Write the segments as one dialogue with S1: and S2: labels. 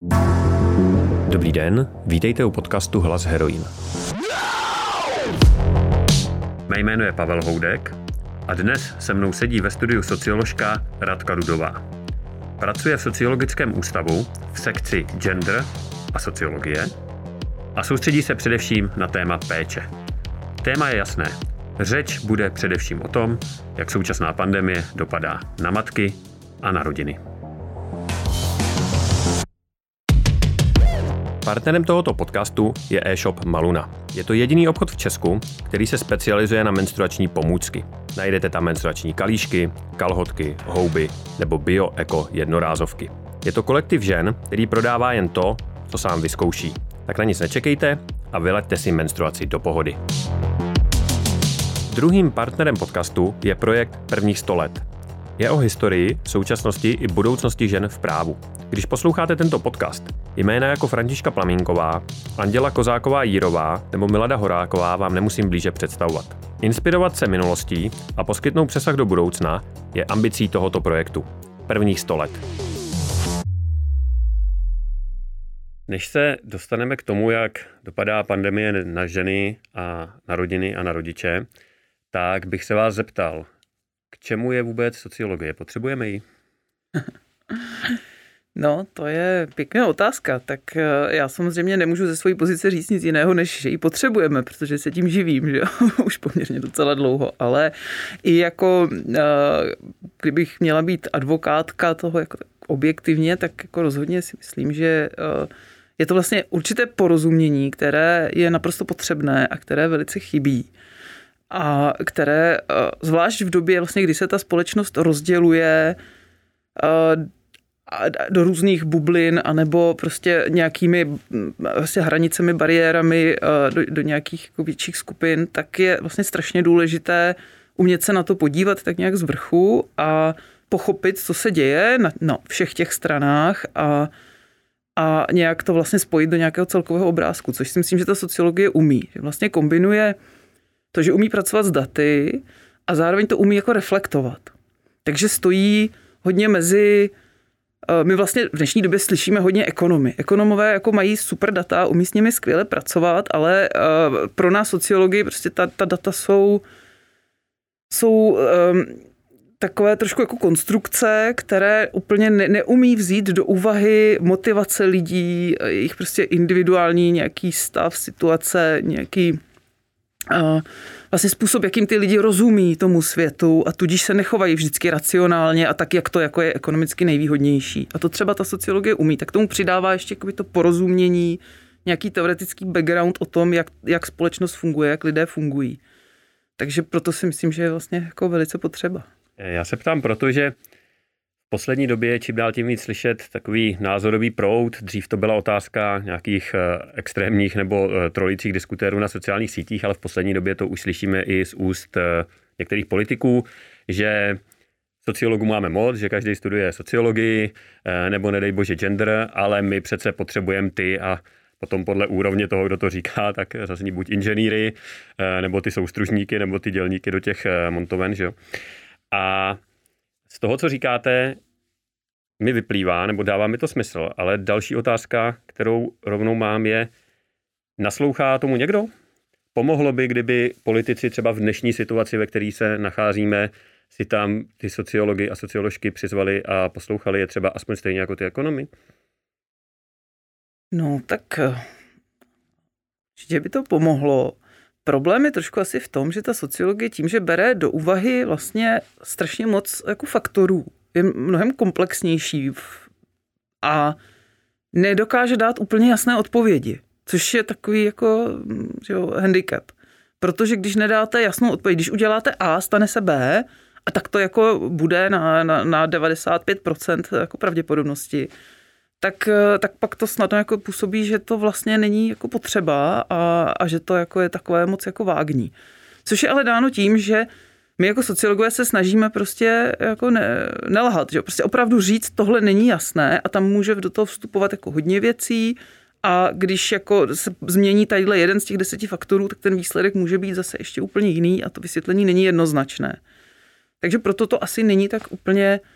S1: Dobrý den, vítejte u podcastu Hlas heroin. Mé jméno je Pavel Houdek a dnes se mnou sedí ve studiu socioložka Radka Dudová. Pracuje v Sociologickém ústavu v sekci Gender a sociologie a soustředí se především na téma péče. Téma je jasné. Řeč bude především o tom, jak současná pandemie dopadá na matky a na rodiny. Partnerem tohoto podcastu je e-shop Maluna. Je to jediný obchod v Česku, který se specializuje na menstruační pomůcky. Najdete tam menstruační kalíšky, kalhotky, houby nebo bio-eko jednorázovky. Je to kolektiv žen, který prodává jen to, co sám vyzkouší. Tak na nic nečekejte a vyleďte si menstruaci do pohody. Druhým partnerem podcastu je projekt Prvních 100 let. Je o historii, současnosti i budoucnosti žen v právu. Když posloucháte tento podcast, jména jako Františka Plamínková, Anděla Kozáková-Jírová nebo Milada Horáková vám nemusím blíže představovat. Inspirovat se minulostí a poskytnout přesah do budoucna je ambicí tohoto projektu. Prvních 100 let. Než se dostaneme k tomu, jak dopadá pandemie na ženy a na rodiny a na rodiče, tak bych se vás zeptal, k čemu je vůbec sociologie? Potřebujeme ji?
S2: No, to je pěkná otázka. Tak já samozřejmě nemůžu ze své pozice říct nic jiného, než že ji potřebujeme, protože se tím živím, že už poměrně docela dlouho. Ale i jako, kdybych měla být advokátka toho jako objektivně, tak jako rozhodně si myslím, že je to vlastně určité porozumění, které je naprosto potřebné a které velice chybí. A které, zvlášť v době, vlastně, kdy se ta společnost rozděluje do různých bublin anebo prostě nějakými vlastně hranicemi, bariérami do nějakých jako větších skupin, tak je vlastně strašně důležité umět se na to podívat tak nějak z vrchu a pochopit, co se děje na všech těch stranách a nějak to vlastně spojit do nějakého celkového obrázku, což si myslím, že ta sociologie umí. Že vlastně kombinuje to, že umí pracovat s daty a zároveň to umí jako reflektovat. Takže stojí hodně mezi. My vlastně v dnešní době slyšíme hodně ekonomy. Ekonomové jako mají super data, umí s nimi skvěle pracovat, ale pro nás sociologii prostě ta data jsou takové trošku jako konstrukce, které úplně neumí vzít do úvahy motivace lidí, jejich prostě individuální nějaký stav, situace, nějaký vlastně způsob, jakým ty lidi rozumí tomu světu a tudíž se nechovají vždycky racionálně a tak, jak to jako je ekonomicky nejvýhodnější. A to třeba ta sociologie umí. Tak tomu přidává ještě to porozumění, nějaký teoretický background o tom, jak společnost funguje, jak lidé fungují. Takže proto si myslím, že je vlastně jako velice potřeba.
S1: Já se ptám, protože v poslední době čím dál tím víc slyšet takový názorový proud. Dřív to byla otázka nějakých extrémních nebo trolících diskutérů na sociálních sítích, ale v poslední době to už slyšíme i z úst některých politiků, že sociologů máme moc, že každý studuje sociologii nebo nedej bože gender, ale my přece potřebujeme ty a potom podle úrovně toho, kdo to říká, tak zazní buď inženýry, nebo ty soustružníky, nebo ty dělníky do těch montoven, že jo. A z toho, co říkáte, mi vyplývá, nebo dává mi to smysl, ale další otázka, kterou rovnou mám, je, naslouchá tomu někdo? Pomohlo by, kdyby politici třeba v dnešní situaci, ve které se nacházíme, si tam ty sociology a socioložky přizvali a poslouchali je třeba aspoň stejně jako ty ekonomy?
S2: No tak určitě by to pomohlo. Problém je trošku asi v tom, že ta sociologie tím, že bere do úvahy vlastně strašně moc jako faktorů, je mnohem komplexnější a nedokáže dát úplně jasné odpovědi, což je takový jako handicap. Protože když nedáte jasnou odpověď, když uděláte A, stane se B, a tak to jako bude na 95% jako pravděpodobnosti, tak pak to snadno jako působí, že to vlastně není jako potřeba a že to jako je takové moc jako vágní. Což je ale dáno tím, že my jako sociologové se snažíme prostě jako nelhat, že prostě opravdu říct, tohle není jasné a tam může do toho vstupovat jako hodně věcí a když jako se změní tadyhle jeden z těch 10 faktorů, tak ten výsledek může být zase ještě úplně jiný a to vysvětlení není jednoznačné. Takže proto to asi není tak úplně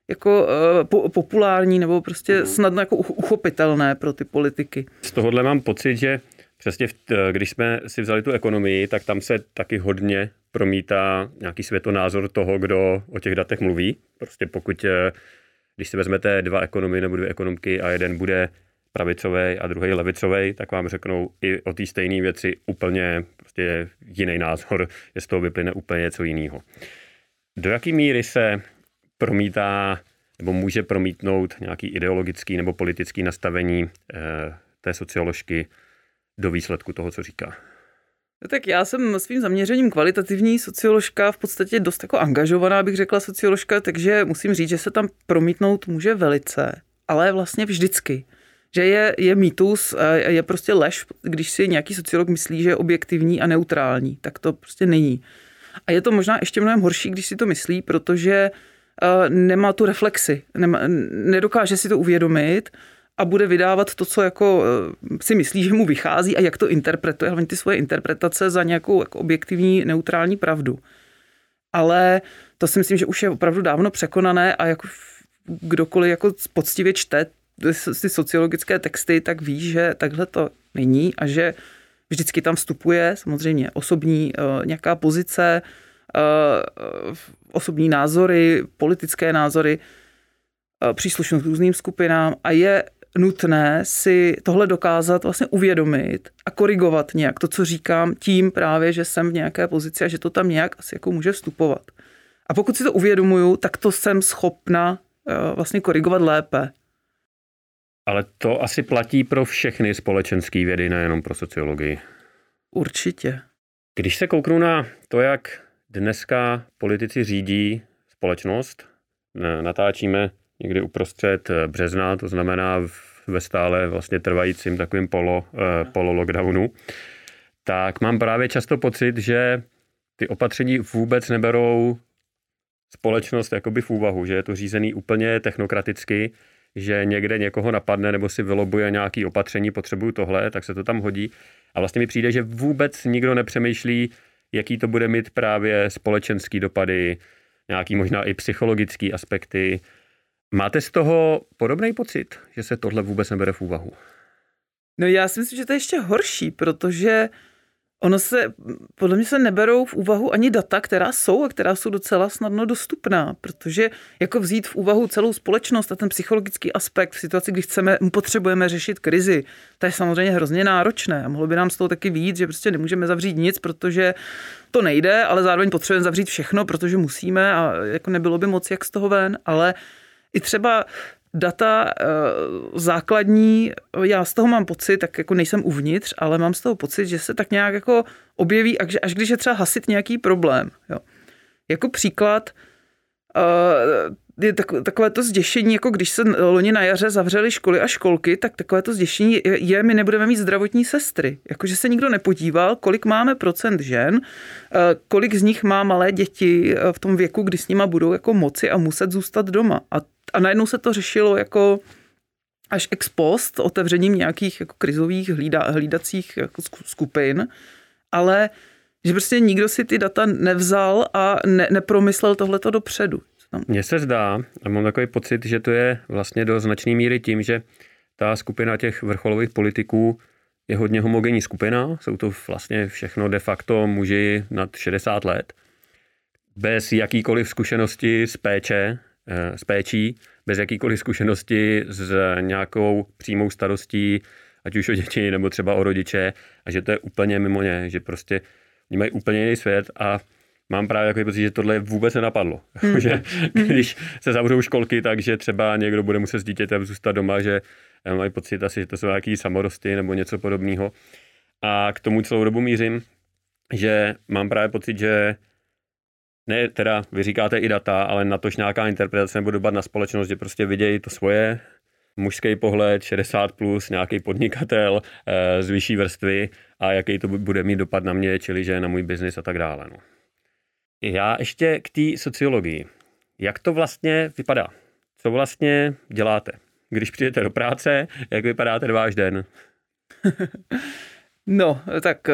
S2: jako populární nebo prostě snadno jako uchopitelné pro ty politiky.
S1: Z tohohle mám pocit, že přesně když jsme si vzali tu ekonomii, tak tam se taky hodně promítá nějaký světonázor toho, kdo o těch datech mluví. Prostě když si vezmete 2 ekonomy nebo 2 ekonomky a jeden bude pravicový a druhý levicový, tak vám řeknou i o té stejné věci úplně prostě jiný názor, že z toho vyplyne úplně něco jiného. Do jaké míry se promítá nebo může promítnout nějaký ideologický nebo politický nastavení té socioložky do výsledku toho, co říká?
S2: Tak já jsem svým zaměřením kvalitativní socioložka, v podstatě dost jako angažovaná, bych řekla socioložka, takže musím říct, že se tam promítnout může velice, ale vlastně vždycky. Že je mýtus, je prostě lež, když si nějaký sociolog myslí, že je objektivní a neutrální, tak to prostě není. A je to možná ještě mnohem horší, když si to myslí, protože nemá tu reflexi, nedokáže si to uvědomit a bude vydávat to, co jako si myslí, že mu vychází a jak to interpretuje, hlavně ty svoje interpretace za nějakou jako objektivní, neutrální pravdu. Ale to si myslím, že už je opravdu dávno překonané a jako kdokoliv jako poctivě čte ty sociologické texty, tak ví, že takhle to není a že vždycky tam vstupuje samozřejmě osobní nějaká pozice, osobní názory, politické názory, příslušnost k různým skupinám a je nutné si tohle dokázat vlastně uvědomit a korigovat nějak to, co říkám, tím právě, že jsem v nějaké pozici a že to tam nějak asi jako může vstupovat. A pokud si to uvědomuju, tak to jsem schopna vlastně korigovat lépe.
S1: Ale to asi platí pro všechny společenské vědy, nejenom pro sociologii.
S2: Určitě.
S1: Když se kouknu na to, jak dneska politici řídí společnost, natáčíme někdy uprostřed března, to znamená ve stále vlastně trvajícím takovým polo-lockdownu, tak mám právě často pocit, že ty opatření vůbec neberou společnost jakoby v úvahu, že je to řízený úplně technokraticky, že někde někoho napadne nebo si vylobuje nějaké opatření, potřebuju tohle, tak se to tam hodí. A vlastně mi přijde, že vůbec nikdo nepřemýšlí, jaký to bude mít právě společenský dopady, nějaký možná i psychologický aspekty. Máte z toho podobný pocit, že se tohle vůbec nebere v úvahu?
S2: No já si myslím, že to je ještě horší, protože podle mě se neberou v úvahu ani data, která jsou docela snadno dostupná, protože jako vzít v úvahu celou společnost a ten psychologický aspekt v situaci, kdy potřebujeme řešit krizi, to je samozřejmě hrozně náročné a mohlo by nám z toho taky vyjít, že prostě nemůžeme zavřít nic, protože to nejde, ale zároveň potřebujeme zavřít všechno, protože musíme a jako nebylo by moc jak z toho ven, ale i třeba data základní, já z toho mám pocit, tak jako nejsem uvnitř, ale mám z toho pocit, že se tak nějak jako objeví, až když je třeba hasit nějaký problém. Jo. Jako příklad je takové to zděšení, jako když se loni na jaře zavřely školy a školky, tak takové to zděšení je, my nebudeme mít zdravotní sestry. Jakože se nikdo nepodíval, kolik máme procent žen, kolik z nich má malé děti v tom věku, kdy s nima budou jako moci a muset zůstat doma. A najednou se to řešilo jako až ex post, otevřením nějakých jako krizových hlídacích jako skupin, ale že prostě nikdo si ty data nevzal a nepromyslel tohleto dopředu.
S1: Mně se zdá, a mám takový pocit, že to je vlastně do značné míry tím, že ta skupina těch vrcholových politiků je hodně homogenní skupina, jsou to vlastně všechno de facto muži nad 60 let, bez jakýkoliv zkušenosti s péčí, bez jakýkoliv zkušenosti s nějakou přímou starostí, ať už o děti nebo třeba o rodiče, a že to je úplně mimo ně, že prostě oni mají úplně jiný svět a mám právě takový pocit, že tohle vůbec nenapadlo. Že když se zavřou školky, takže třeba někdo bude muset s dítětem zůstat doma, že mají pocit asi, že to jsou nějaký samorosty nebo něco podobného. A k tomu celou dobu mířím, že mám právě pocit, že ne, teda vy říkáte i data, ale natož nějaká interpretace nebo dopad na společnost, že prostě vidějí to svoje, mužský pohled, 60+, nějaký podnikatel z vyšší vrstvy a jaký to bude mít dopad na mě, čili že na můj biznis a tak dále. No. Já ještě k té sociologii. Jak to vlastně vypadá? Co vlastně děláte? Když přijdete do práce, jak vypadá ten váš den?
S2: No, tak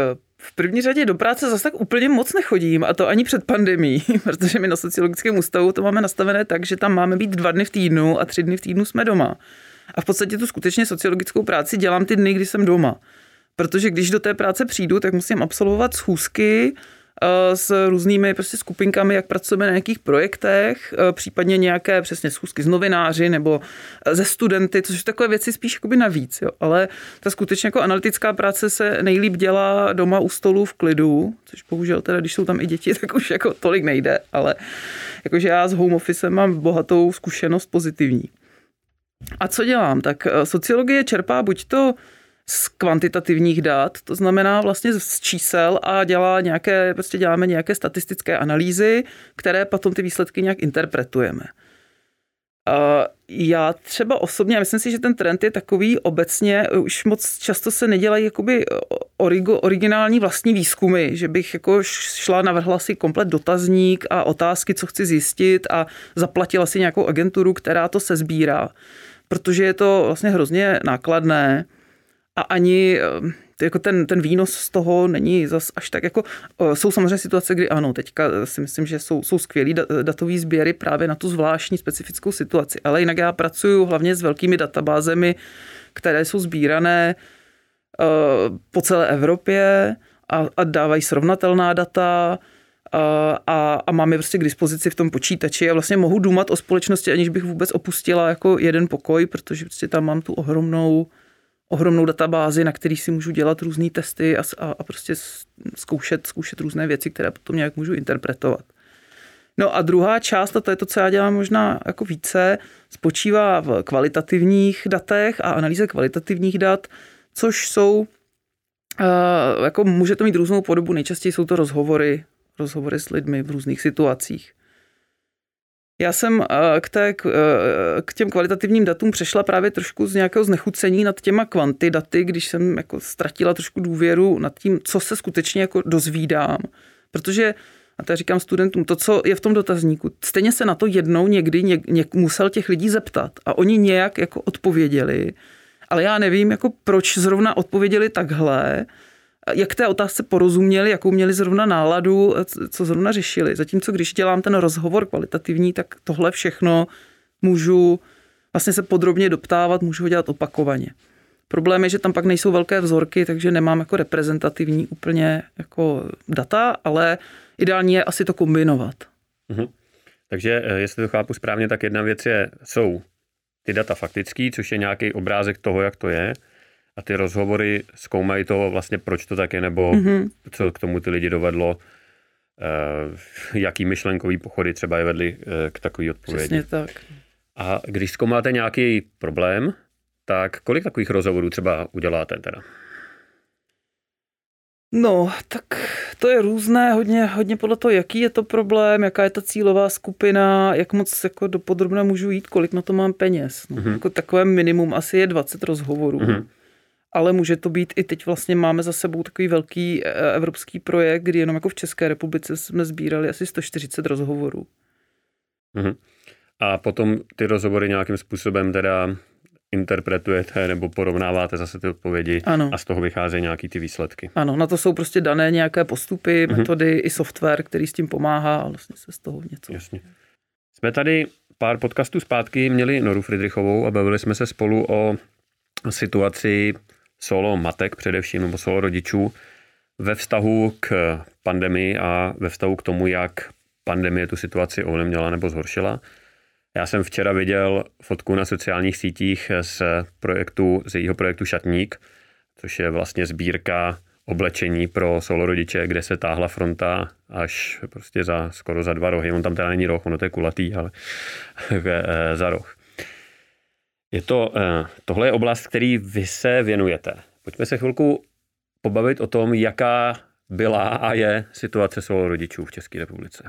S2: v první řadě do práce zase tak úplně moc nechodím, a to ani před pandemií, protože my na sociologickém ústavu to máme nastavené tak, že tam máme být 2 dny v týdnu a 3 dny v týdnu jsme doma. A v podstatě tu skutečně sociologickou práci dělám ty dny, kdy jsem doma. Protože když do té práce přijdu, tak musím absolvovat schůzky s různými prostě skupinkami, jak pracujeme na nějakých projektech, případně nějaké přesně schůzky s novináři nebo ze studenty, což jsou takové věci spíš jakoby navíc. Jo. Ale ta skutečně jako analytická práce se nejlíp dělá doma u stolu v klidu, což bohužel teda, když jsou tam i děti, tak už jako tolik nejde, ale jakože já s home officem mám bohatou zkušenost pozitivní. A co dělám? Tak sociologie čerpá buď to z kvantitativních dat, to znamená vlastně z čísel a děláme nějaké statistické analýzy, které potom ty výsledky nějak interpretujeme. Já třeba osobně, myslím si, že ten trend je takový obecně, už moc často se nedělají jakoby originální vlastní výzkumy, že bych jako navrhla si komplet dotazník a otázky, co chci zjistit a zaplatila si nějakou agenturu, která to sesbírá, protože je to vlastně hrozně nákladné. A ani jako ten výnos z toho není zas až tak jako... Jsou samozřejmě situace, kdy ano, teďka si myslím, že jsou skvělý datový sběry právě na tu zvláštní specifickou situaci. Ale jinak já pracuju hlavně s velkými databázemi, které jsou sbírané po celé Evropě a dávají srovnatelná data a mám je prostě k dispozici v tom počítači a vlastně mohu důmat o společnosti, aniž bych vůbec opustila jako jeden pokoj, protože prostě tam mám tu ohromnou databázi, na který si můžu dělat různý testy a prostě zkoušet různé věci, které potom nějak můžu interpretovat. No a druhá část, a to je to, co já dělám možná jako více, spočívá v kvalitativních datech a analýze kvalitativních dat, což jsou, jako může to mít různou podobu, nejčastěji jsou to rozhovory s lidmi v různých situacích. Já jsem k těm kvalitativním datům přešla právě trošku z nějakého znechucení nad těma kvantidaty, když jsem jako ztratila trošku důvěru nad tím, co se skutečně jako dozvídám. Protože, a to já říkám studentům, to, co je v tom dotazníku, stejně se na to jednou někdy musel těch lidí zeptat a oni nějak jako odpověděli, ale já nevím, jako proč zrovna odpověděli takhle, jak té otázce porozuměli, jakou měli zrovna náladu, co zrovna řešili. Zatímco když dělám ten rozhovor kvalitativní, tak tohle všechno můžu vlastně se podrobně doptávat, můžu ho dělat opakovaně. Problém je, že tam pak nejsou velké vzorky, takže nemám jako reprezentativní úplně jako data, ale ideální je asi to kombinovat.
S1: Mhm. Takže jestli to chápu správně, tak jedna věc jsou ty data faktický, což je nějaký obrázek toho, jak to je. A ty rozhovory zkoumají to vlastně, proč to tak je, nebo co k tomu ty lidi dovedlo, jaký myšlenkový pochody třeba je vedly k takové odpovědi.
S2: Přesně tak.
S1: A když zkoumáte nějaký problém, tak kolik takových rozhovorů třeba uděláte teda?
S2: No, tak to je různé, hodně podle toho, jaký je to problém, jaká je ta cílová skupina, jak moc jako dopodrobna můžu jít, kolik na to mám peněz. No, jako takové minimum asi je 20 rozhovorů. Ale může to být i teď vlastně máme za sebou takový velký evropský projekt, kdy jenom jako v České republice jsme sbírali asi 140 rozhovorů.
S1: A potom ty rozhovory nějakým způsobem teda interpretujete nebo porovnáváte zase ty odpovědi a z toho vycházejí nějaký ty výsledky.
S2: Ano, na to jsou prostě dané nějaké postupy, metody i software, který s tím pomáhá a vlastně se z toho něco.
S1: Jasně. Jsme tady pár podcastů zpátky měli Noru Fridrichovou a bavili jsme se spolu o situaci solo matek především, nebo solo rodičů ve vztahu k pandemii a ve vztahu k tomu, jak pandemie tu situaci ovlivnila nebo zhoršila. Já jsem včera viděl fotku na sociálních sítích z jejího projektu Šatník, což je vlastně sbírka oblečení pro solo rodiče, kde se táhla fronta až prostě skoro za 2 rohy. On tam teda není roh, ono to je kulatý, ale za roh. Tohle je oblast, který vy se věnujete. Pojďme se chvilku pobavit o tom, jaká byla a je situace solo rodičů v České republice.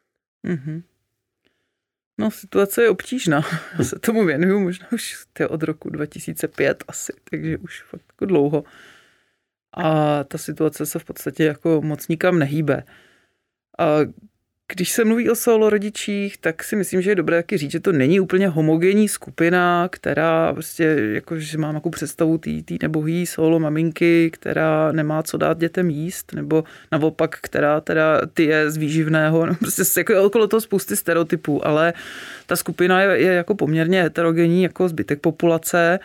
S2: No, situace je obtížná. Já se tomu věnuju možná už od roku 2005 asi, takže už fakt jako dlouho. A ta situace se v podstatě jako moc nikam nehýbe. A Když se mluví o solo rodičích, tak si myslím, že je dobré taky říct, že to není úplně homogenní skupina, která prostě, jakože mám jako představu té nebohý solo maminky, která nemá co dát dětem jíst, nebo naopak, která teda ty je z výživného, no prostě jako okolo toho spousty stereotypů, ale ta skupina je jako poměrně heterogenní, jako zbytek populace.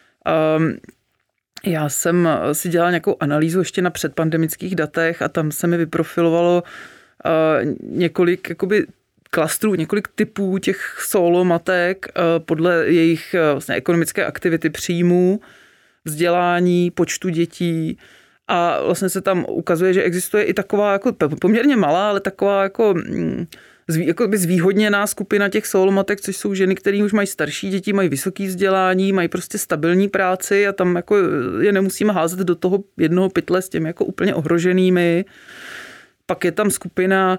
S2: Já jsem si dělala nějakou analýzu ještě na předpandemických datech a tam se mi vyprofilovalo několik jakoby klastrů, několik typů těch solo matek podle jejich vlastně ekonomické aktivity, příjmů, vzdělání, počtu dětí a vlastně se tam ukazuje, že existuje i taková jako poměrně malá, ale taková jako zvýhodněná skupina těch solo matek, což jsou ženy, které už mají starší děti, mají vysoké vzdělání, mají prostě stabilní práci a tam jako je nemusíme házet do toho jednoho pytle s těmi jako úplně ohroženými. Pak je tam skupina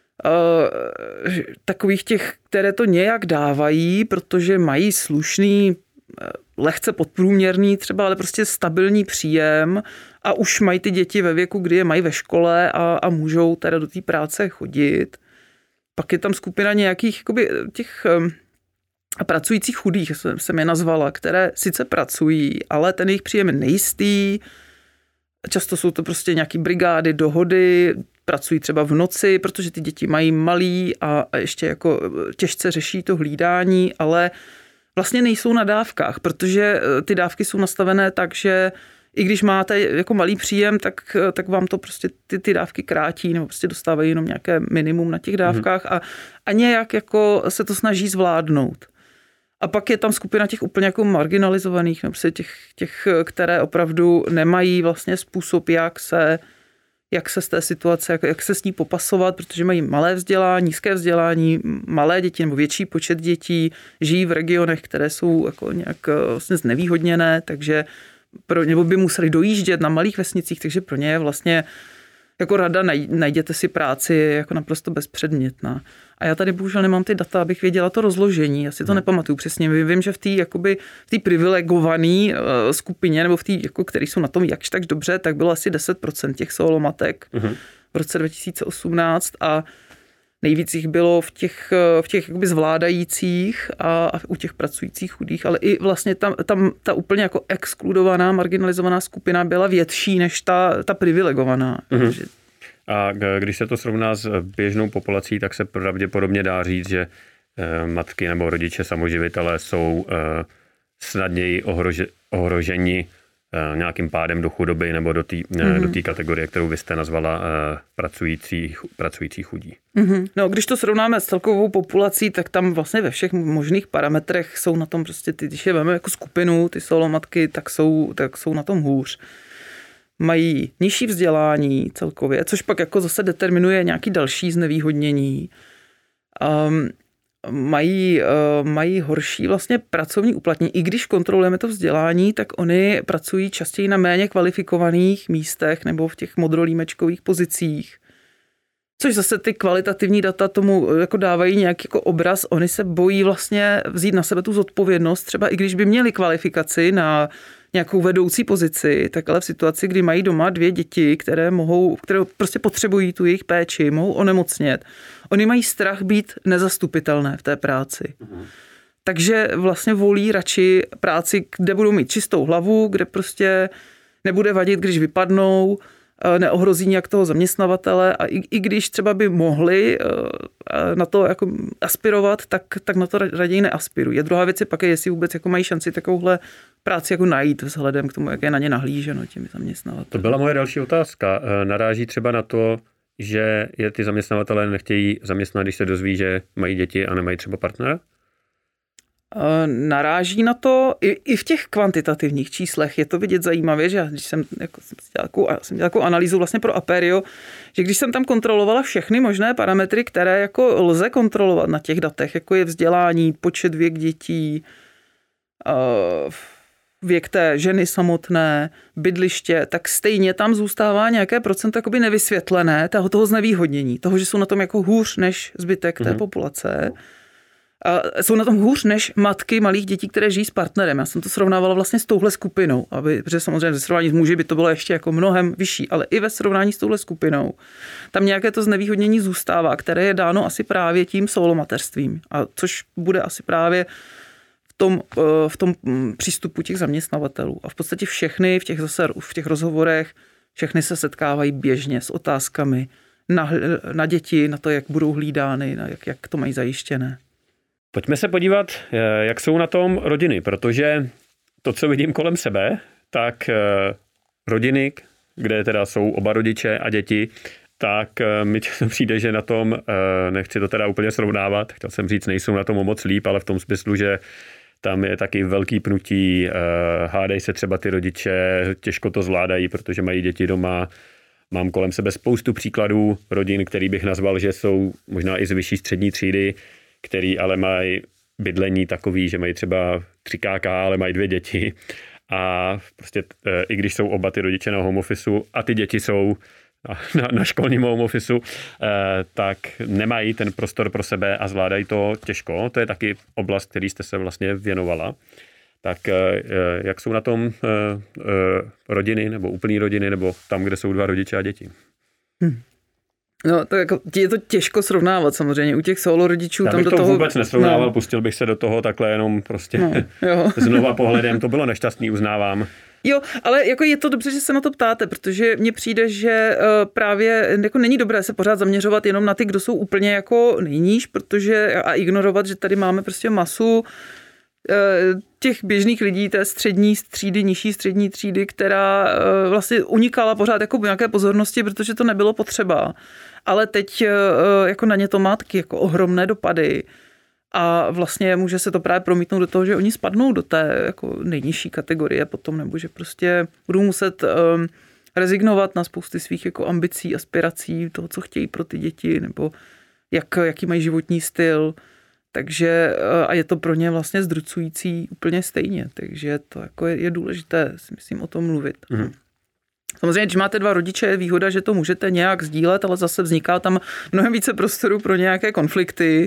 S2: takových těch, které to nějak dávají, protože mají slušný, lehce podprůměrný třeba, ale prostě stabilní příjem a už mají ty děti ve věku, kdy je mají ve škole a můžou teda do té práce chodit. Pak je tam skupina nějakých jakoby, těch pracujících chudých, jsem je nazvala, které sice pracují, ale ten jejich příjem je nejistý. Často jsou to prostě nějaký brigády, dohody, pracují třeba v noci, protože ty děti mají malý a ještě jako těžce řeší to hlídání, ale vlastně nejsou na dávkách, protože ty dávky jsou nastavené tak, že i když máte jako malý příjem, tak vám to prostě ty dávky krátí nebo prostě dostávají jenom nějaké minimum na těch dávkách a nějak jako se to snaží zvládnout. A pak je tam skupina těch úplně jako marginalizovaných, nebo těch, které opravdu nemají vlastně způsob, jak se z té situace, jak se s ní popasovat, protože mají malé vzdělání, nízké vzdělání, malé děti nebo větší počet dětí, žijí v regionech, které jsou jako nějak vlastně znevýhodněné, takže nebo by museli dojíždět na malých vesnicích, takže pro ně je vlastně jako rada najděte si práci jako naprosto bezpředmětná. A já tady bohužel nemám ty data, abych věděla to rozložení, já si to nepamatuju přesně. Vím, že v té privilegované skupině, nebo v té, jako, který jsou na tom jakž tak dobře, tak bylo asi 10% těch solo matek v roce 2018 a nejvíc jich bylo v těch jakoby zvládajících a u těch pracujících chudých, ale i vlastně tam ta úplně jako exkludovaná, marginalizovaná skupina byla větší než ta privilegovaná.
S1: A když se to srovná s běžnou populací, tak se pravděpodobně dá říct, že matky nebo rodiče samoživitelé jsou snadněji ohroženi nějakým pádem do chudoby nebo do té kategorie, kterou vy jste nazvala pracující chudí.
S2: No, když to srovnáme s celkovou populací, tak tam vlastně ve všech možných parametrech jsou na tom prostě když je veme jako skupinu, ty solomatky, tak jsou na tom hůř. Mají nižší vzdělání celkově, což pak jako zase determinuje nějaký další znevýhodnění. Mají horší vlastně pracovní uplatnění. I když kontrolujeme to vzdělání, tak oni pracují častěji na méně kvalifikovaných místech nebo v těch modrolímečkových pozicích. Což zase ty kvalitativní data tomu jako dávají nějaký jako obraz. Oni se bojí vlastně vzít na sebe tu zodpovědnost, třeba i když by měli kvalifikaci na nějakou vedoucí pozici, tak ale v situaci, kdy mají doma 2 děti, které prostě potřebují tu jejich péči, mohou onemocnět. Oni mají strach být nezastupitelné v té práci. Takže vlastně volí radši práci, kde budou mít čistou hlavu, kde prostě nebude vadit, když vypadnou, neohrozí nějak toho zaměstnavatele a i když třeba by mohli na to jako aspirovat, tak na to raději neaspirují. A druhá věc je pak, jestli vůbec jako mají šanci takovouhle práci jako najít vzhledem k tomu, jak je na ně nahlíženo těmi zaměstnavateli.
S1: To byla moje další otázka. Naráží třeba na to, že je ty zaměstnavatelé nechtějí zaměstnat, když se dozví, že mají děti a nemají třeba partnera?
S2: Naráží na to i v těch kvantitativních číslech. Je to vidět zajímavě, že když jsem dělal takovou analýzu vlastně pro Aperio, že když jsem tam kontrolovala všechny možné parametry, které jako lze kontrolovat na těch datech, jako je vzdělání, počet, věk dětí, věk té ženy samotné, bydliště, tak stejně tam zůstává nějaké procento jakoby nevysvětlené toho znevýhodnění, toho, že jsou na tom jako hůř než zbytek té populace. jsou na tom hůř než matky malých dětí, které žijí s partnerem. Já jsem to srovnávala vlastně s touhle skupinou, protože samozřejmě ve srovnání s muži by to bylo ještě jako mnohem vyšší, ale i ve srovnání s touhle skupinou tam nějaké to znevýhodnění zůstává, které je dáno asi právě tím solomateřstvím, a což bude asi právě v tom přístupu těch zaměstnavatelů. A v podstatě všechny v těch rozhovorech všechny se setkávají běžně s otázkami na děti, na to, jak budou hlídány, jak to mají zajištěné.
S1: Pojďme se podívat, jak jsou na tom rodiny, protože to, co vidím kolem sebe, tak rodiny, kde teda jsou oba rodiče a děti, tak mi přijde, že na tom, nechci to teda úplně srovnávat, chtěl jsem říct, nejsou na tom o moc líp, ale v tom smyslu, že tam je taky velký pnutí, hádají se třeba ty rodiče, těžko to zvládají, protože mají děti doma. Mám kolem sebe spoustu příkladů rodin, který bych nazval, že jsou možná i z vyšší střední třídy, který ale mají bydlení takový, že mají třeba 3 KK, ale mají 2 děti. A prostě i když jsou oba ty rodiče na home officeu a ty děti jsou na školním home officeu, tak nemají ten prostor pro sebe a zvládají to těžko. To je taky oblast, který jste se vlastně věnovala. Tak jak jsou na tom rodiny nebo úplný rodiny nebo tam, kde jsou 2 rodiče a děti?
S2: No, to jako, je to těžko srovnávat samozřejmě. U těch solo rodičů
S1: tam do toho vůbec nesrovnával, pustil bych se do toho takhle jenom prostě znova pohledem. To bylo nešťastný, uznávám.
S2: Jo, ale jako je to dobře, že se na to ptáte, protože mně přijde, že právě jako není dobré se pořád zaměřovat jenom na ty, kdo jsou úplně jako nejníž, a ignorovat, že tady máme prostě masu těch běžných lidí té střední třídy, nižší střední třídy, která vlastně unikala pořád jako nějaké pozornosti, protože to nebylo potřeba. Ale teď jako na ně to má taky jako ohromné dopady. A vlastně může se to právě promítnout do toho, že oni spadnou do té jako nejnižší kategorie potom, nebo že prostě budou muset rezignovat na spousty svých jako ambicí, aspirací, toho, co chtějí pro ty děti, nebo jaký mají životní styl. Takže a je to pro ně vlastně zdrucující úplně stejně. Takže to jako je důležité, si myslím, o tom mluvit. Mm. Samozřejmě, když máte 2 rodiče, je výhoda, že to můžete nějak sdílet, ale zase vzniká tam mnohem více prostoru pro nějaké konflikty.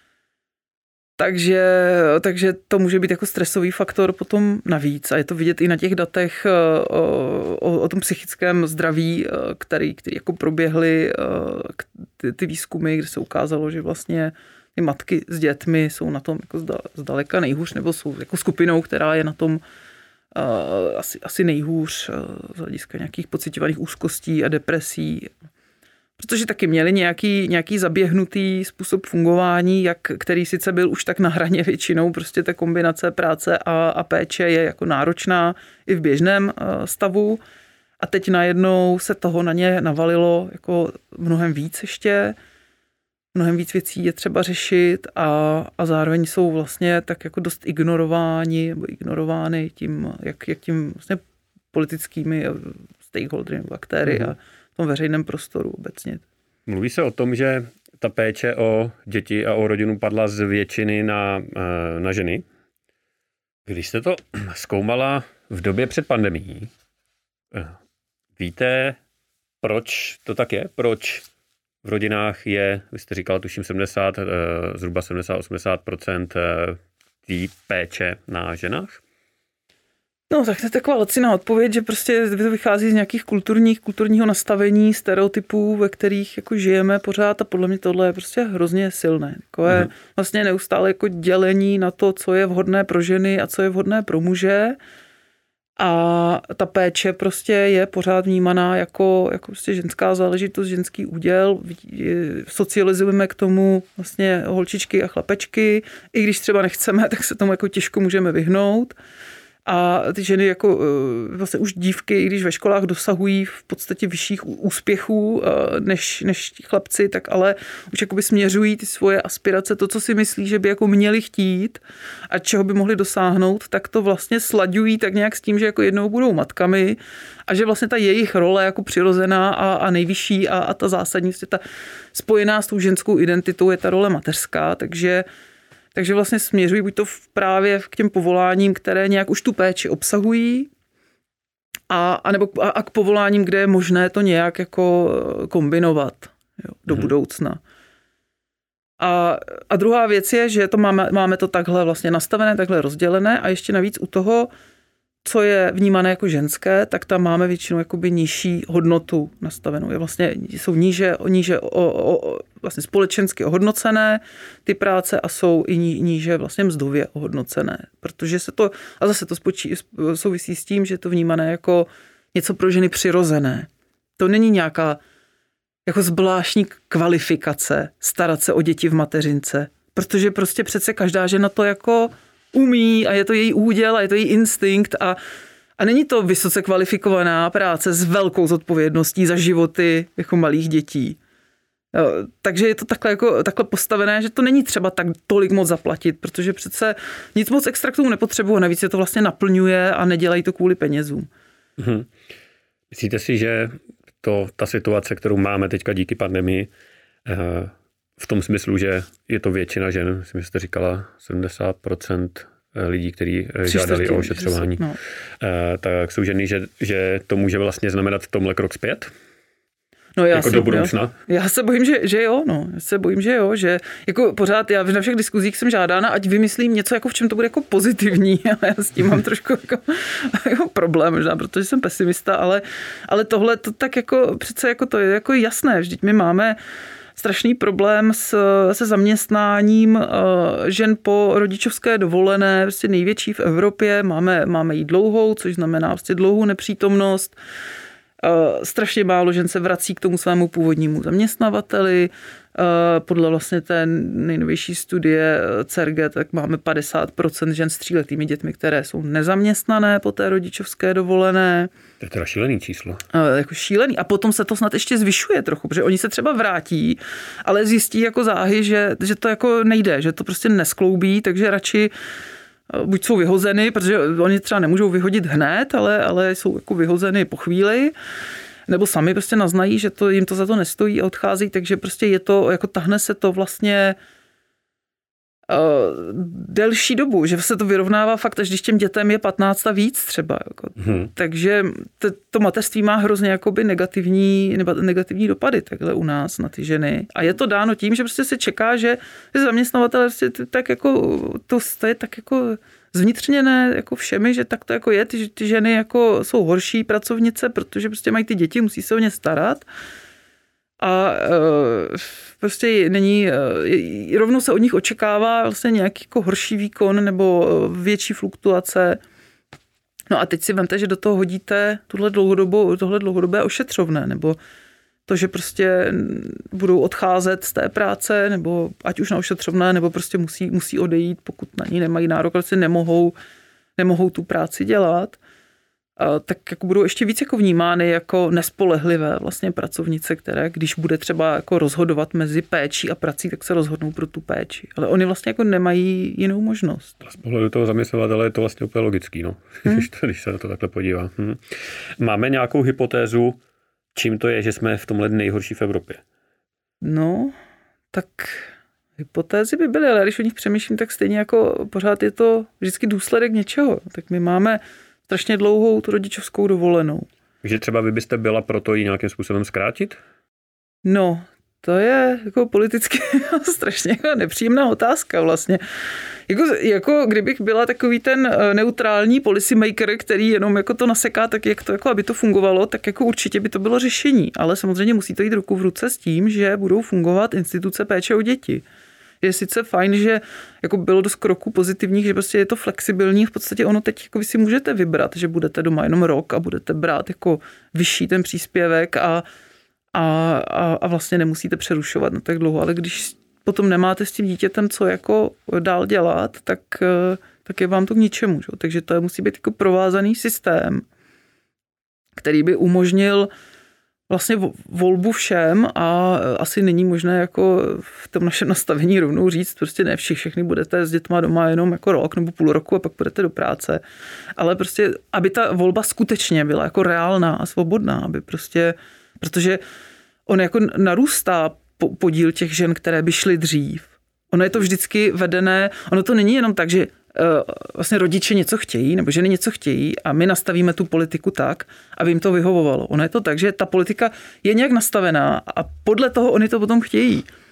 S2: Takže to může být jako stresový faktor potom navíc. A je to vidět i na těch datech o tom psychickém zdraví, který jako proběhly ty výzkumy, kde se ukázalo, že vlastně ty matky s dětmi jsou na tom jako zdaleka nejhůř, nebo jsou jako skupinou, která je na tom asi nejhůř z hlediska nějakých pociťovaných úzkostí a depresí. Protože taky měli nějaký zaběhnutý způsob fungování, který sice byl už tak na hraně většinou, prostě ta kombinace práce a péče je jako náročná i v běžném stavu. A teď najednou se toho na ně navalilo jako mnohem víc ještě. Mnohem víc věcí je třeba řešit a zároveň jsou vlastně tak jako dost ignorovány tím, jak tím vlastně politickými stakeholdery, aktéry a v tom veřejném prostoru obecně.
S1: Mluví se o tom, že ta péče o děti a o rodinu padla z většiny na ženy. Když jste to zkoumala v době před pandemií, víte, proč to tak je? Proč v rodinách je, vy jste říkal, tuším zhruba 70-80% té péče na ženách?
S2: No, tak to je taková laciná odpověď, že prostě to vychází z nějakých kulturního nastavení, stereotypů, ve kterých jako žijeme pořád a podle mě tohle je prostě hrozně silné. Takové vlastně neustále jako dělení na to, co je vhodné pro ženy a co je vhodné pro muže. A ta péče prostě je pořád vnímaná jako prostě ženská záležitost, ženský úděl. Socializujeme k tomu vlastně holčičky a chlapečky. I když třeba nechceme, tak se tomu jako těžko můžeme vyhnout. A ty ženy jako vlastně už dívky, i když ve školách dosahují v podstatě vyšších úspěchů než ti chlapci, tak ale už jakoby směřují ty svoje aspirace, to, co si myslí, že by jako měli chtít a čeho by mohli dosáhnout, tak to vlastně slaďují tak nějak s tím, že jako jednou budou matkami a že vlastně ta jejich role jako přirozená a nejvyšší a ta zásadní, ta spojená s tou ženskou identitou je ta role mateřská, takže vlastně směřují buď to právě k těm povoláním, které nějak už tu péči obsahují, a k povoláním, kde je možné to nějak jako kombinovat do budoucna. A druhá věc je, že to máme to takhle vlastně nastavené, takhle rozdělené a ještě navíc u toho, co je vnímané jako ženské, tak tam máme většinou jakoby nižší hodnotu nastavenou. Jsou níže vlastně společensky ohodnocené ty práce a jsou i níže vlastně mzdově ohodnocené. Protože a zase to souvisí s tím, že je to vnímané jako něco pro ženy přirozené. To není nějaká jako zvláštní kvalifikace starat se o děti v mateřince, protože prostě přece každá žena to jako umí a je to její úděl a je to její instinkt a není to vysoce kvalifikovaná práce s velkou zodpovědností za životy jako malých dětí. Takže je to takhle postavené, že to není třeba tak tolik moc zaplatit, protože přece nic moc extra k tomu nepotřebuje, navíc je to vlastně naplňuje a nedělají to kvůli penězům.
S1: Myslíte si, že ta situace, kterou máme teďka díky pandemii, v tom smyslu, že je to většina žen, myslím, že jste říkala 70% lidí, kteří žádali o ošetřování, tak jsou ženy, že to může vlastně znamenat v tomhle krok zpět?
S2: No
S1: jako do budoucna?
S2: Já se bojím, že jo, no. Já se bojím, že jo, že jako pořád já na všech diskuzích jsem žádána, ať vymyslím něco, jako v čem to bude jako pozitivní, ale já s tím mám trošku jako problém možná, protože jsem pesimista, ale tohle to tak jako přece jako to je jako jasné, vždyť my máme strašný problém se zaměstnáním žen po rodičovské dovolené, prostě největší v Evropě, máme jí dlouhou, což znamená prostě dlouhou nepřítomnost. Strašně málo žen se vrací k tomu svému původnímu zaměstnavateli. Podle vlastně té nejnovější studie CERG, tak máme 50% žen s 3letými dětmi, které jsou nezaměstnané po té rodičovské dovolené.
S1: To je teda šílený číslo.
S2: Jako šílený. A potom se to snad ještě zvyšuje trochu, protože oni se třeba vrátí, ale zjistí jako záhy, že to jako nejde, že to prostě neskloubí, takže radši buď jsou vyhozeny, protože oni třeba nemůžou vyhodit hned, ale jsou jako vyhozeny po chvíli, nebo sami prostě naznají, že jim to za to nestojí a odchází, takže prostě je to, jako tahne se to vlastně delší dobu, že se to vyrovnává fakt, až když těm dětem je 15 a víc třeba. Jako. Takže to mateřství má hrozně jakoby negativní dopady takhle u nás na ty ženy. A je to dáno tím, že prostě se čeká, že zaměstnavatelé prostě tak jako to je tak jako zvnitřněné jako všemi, že tak to jako je, ty ženy jako jsou horší pracovnice, protože prostě mají ty děti, musí se o ně starat. A prostě rovnou se od nich očekává vlastně nějaký jako horší výkon nebo větší fluktuace. No a teď si vemte, že do toho hodíte tohle dlouhodobé ošetřovné, nebo to, že prostě budou odcházet z té práce, nebo ať už na ošetřovné, nebo prostě musí odejít, pokud na ní nemají nárok, ale si nemohou tu práci dělat. Tak jako budou ještě víc jako vnímány jako nespolehlivé vlastně pracovnice, které, když bude třeba jako rozhodovat mezi péčí a prací, tak se rozhodnou pro tu péči. Ale oni vlastně jako nemají jinou možnost.
S1: Z pohledu toho zaměstnavatele je to vlastně úplně logický, no. Když se na to takhle podívá. Máme nějakou hypotézu, čím to je, že jsme v tomhle nejhorší v Evropě?
S2: No, tak hypotézy by byly, ale když o nich přemýšlím, tak stejně jako pořád je to vždycky důsledek něčeho. Tak my máme strašně dlouhou tu rodičovskou dovolenou.
S1: Takže třeba vy byste byla proto ji nějakým způsobem zkrátit?
S2: No, to je jako politicky strašně jako nepříjemná otázka vlastně. Jako kdybych byla takový ten neutrální policy maker, který jenom jako to naseká, tak jak to, jako aby to fungovalo, tak jako určitě by to bylo řešení. Ale samozřejmě musí to jít ruku v ruce s tím, že budou fungovat instituce péče o děti. Je sice fajn, že jako bylo dost kroků pozitivních, že prostě je to flexibilní, v podstatě ono teď jako vy si můžete vybrat, že budete doma jenom rok a budete brát jako vyšší ten příspěvek a vlastně nemusíte přerušovat na tak dlouho, ale když potom nemáte s tím dítětem co jako dál dělat, tak je vám to k ničemu. Že? Takže to musí být jako provázaný systém, který by umožnil vlastně volbu všem a asi není možné jako v tom našem nastavení rovnou říct, prostě ne všechny budete s dětma doma jenom jako rok nebo půl roku a pak budete do práce, ale prostě, aby ta volba skutečně byla jako reálná a svobodná, aby prostě, protože on jako narůstá podíl těch žen, které by šly dřív. Ono je to vždycky vedené, ono to není jenom tak, že vlastně rodiče něco chtějí, nebo ženy něco chtějí a my nastavíme tu politiku tak, aby jim to vyhovovalo. Ono je to tak, že ta politika je nějak nastavená a podle toho oni to potom chtějí.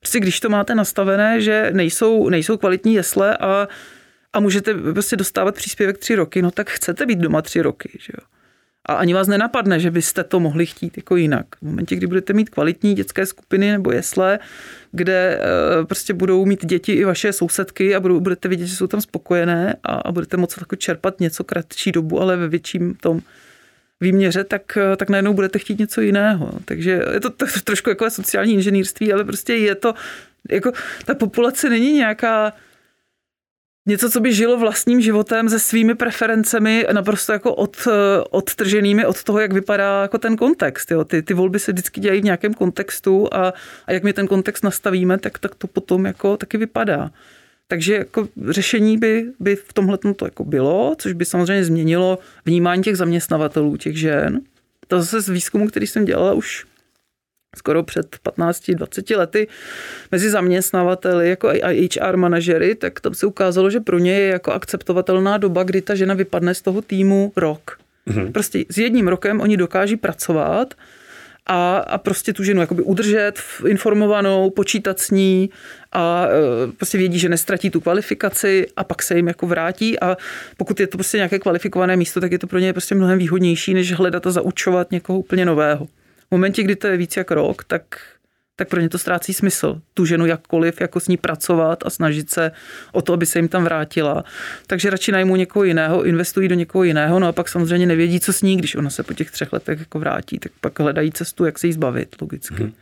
S2: Prostě když to máte nastavené, že nejsou kvalitní jesle a můžete prostě dostávat příspěvek 3 roky, no tak chcete být doma 3 roky, že jo. A ani vás nenapadne, že byste to mohli chtít jako jinak. V momentě, kdy budete mít kvalitní dětské skupiny nebo jesle, kde prostě budou mít děti i vaše sousedky a budete vidět, že jsou tam spokojené a budete moct jako čerpat něco kratší dobu, ale ve větším tom výměře, tak najednou budete chtít něco jiného. Takže je to trošku jako sociální inženýrství, ale prostě je to, jako ta populace není nějaká něco, co by žilo vlastním životem se svými preferencemi, naprosto jako odtrženými od toho, jak vypadá jako ten kontext. Jo. Ty volby se vždycky dělají v nějakém kontextu a jak my ten kontext nastavíme, tak to potom jako taky vypadá. Takže jako řešení by v tomhletom to jako bylo, což by samozřejmě změnilo vnímání těch zaměstnavatelů, těch žen. To zase z výzkumu, který jsem dělala už skoro před 15-20 lety mezi zaměstnavateli jako i HR manažery, tak tam se ukázalo, že pro ně je jako akceptovatelná doba, kdy ta žena vypadne z toho týmu rok. Prostě s 1 rokem oni dokáží pracovat a prostě tu ženu jakoby udržet informovanou, počítat s ní a prostě vědí, že nestratí tu kvalifikaci a pak se jim jako vrátí a pokud je to prostě nějaké kvalifikované místo, tak je to pro ně prostě mnohem výhodnější, než hledat a zaučovat někoho úplně nového. V momentě, kdy to je víc jak rok, tak pro ně to ztrácí smysl. Tu ženu jakkoliv, jako s ní pracovat a snažit se o to, aby se jim tam vrátila. Takže radši najmou někoho jiného, investují do někoho jiného, no a pak samozřejmě nevědí, co s ní, když ona se po těch 3 letech jako vrátí, tak pak hledají cestu, jak se jí zbavit, logicky.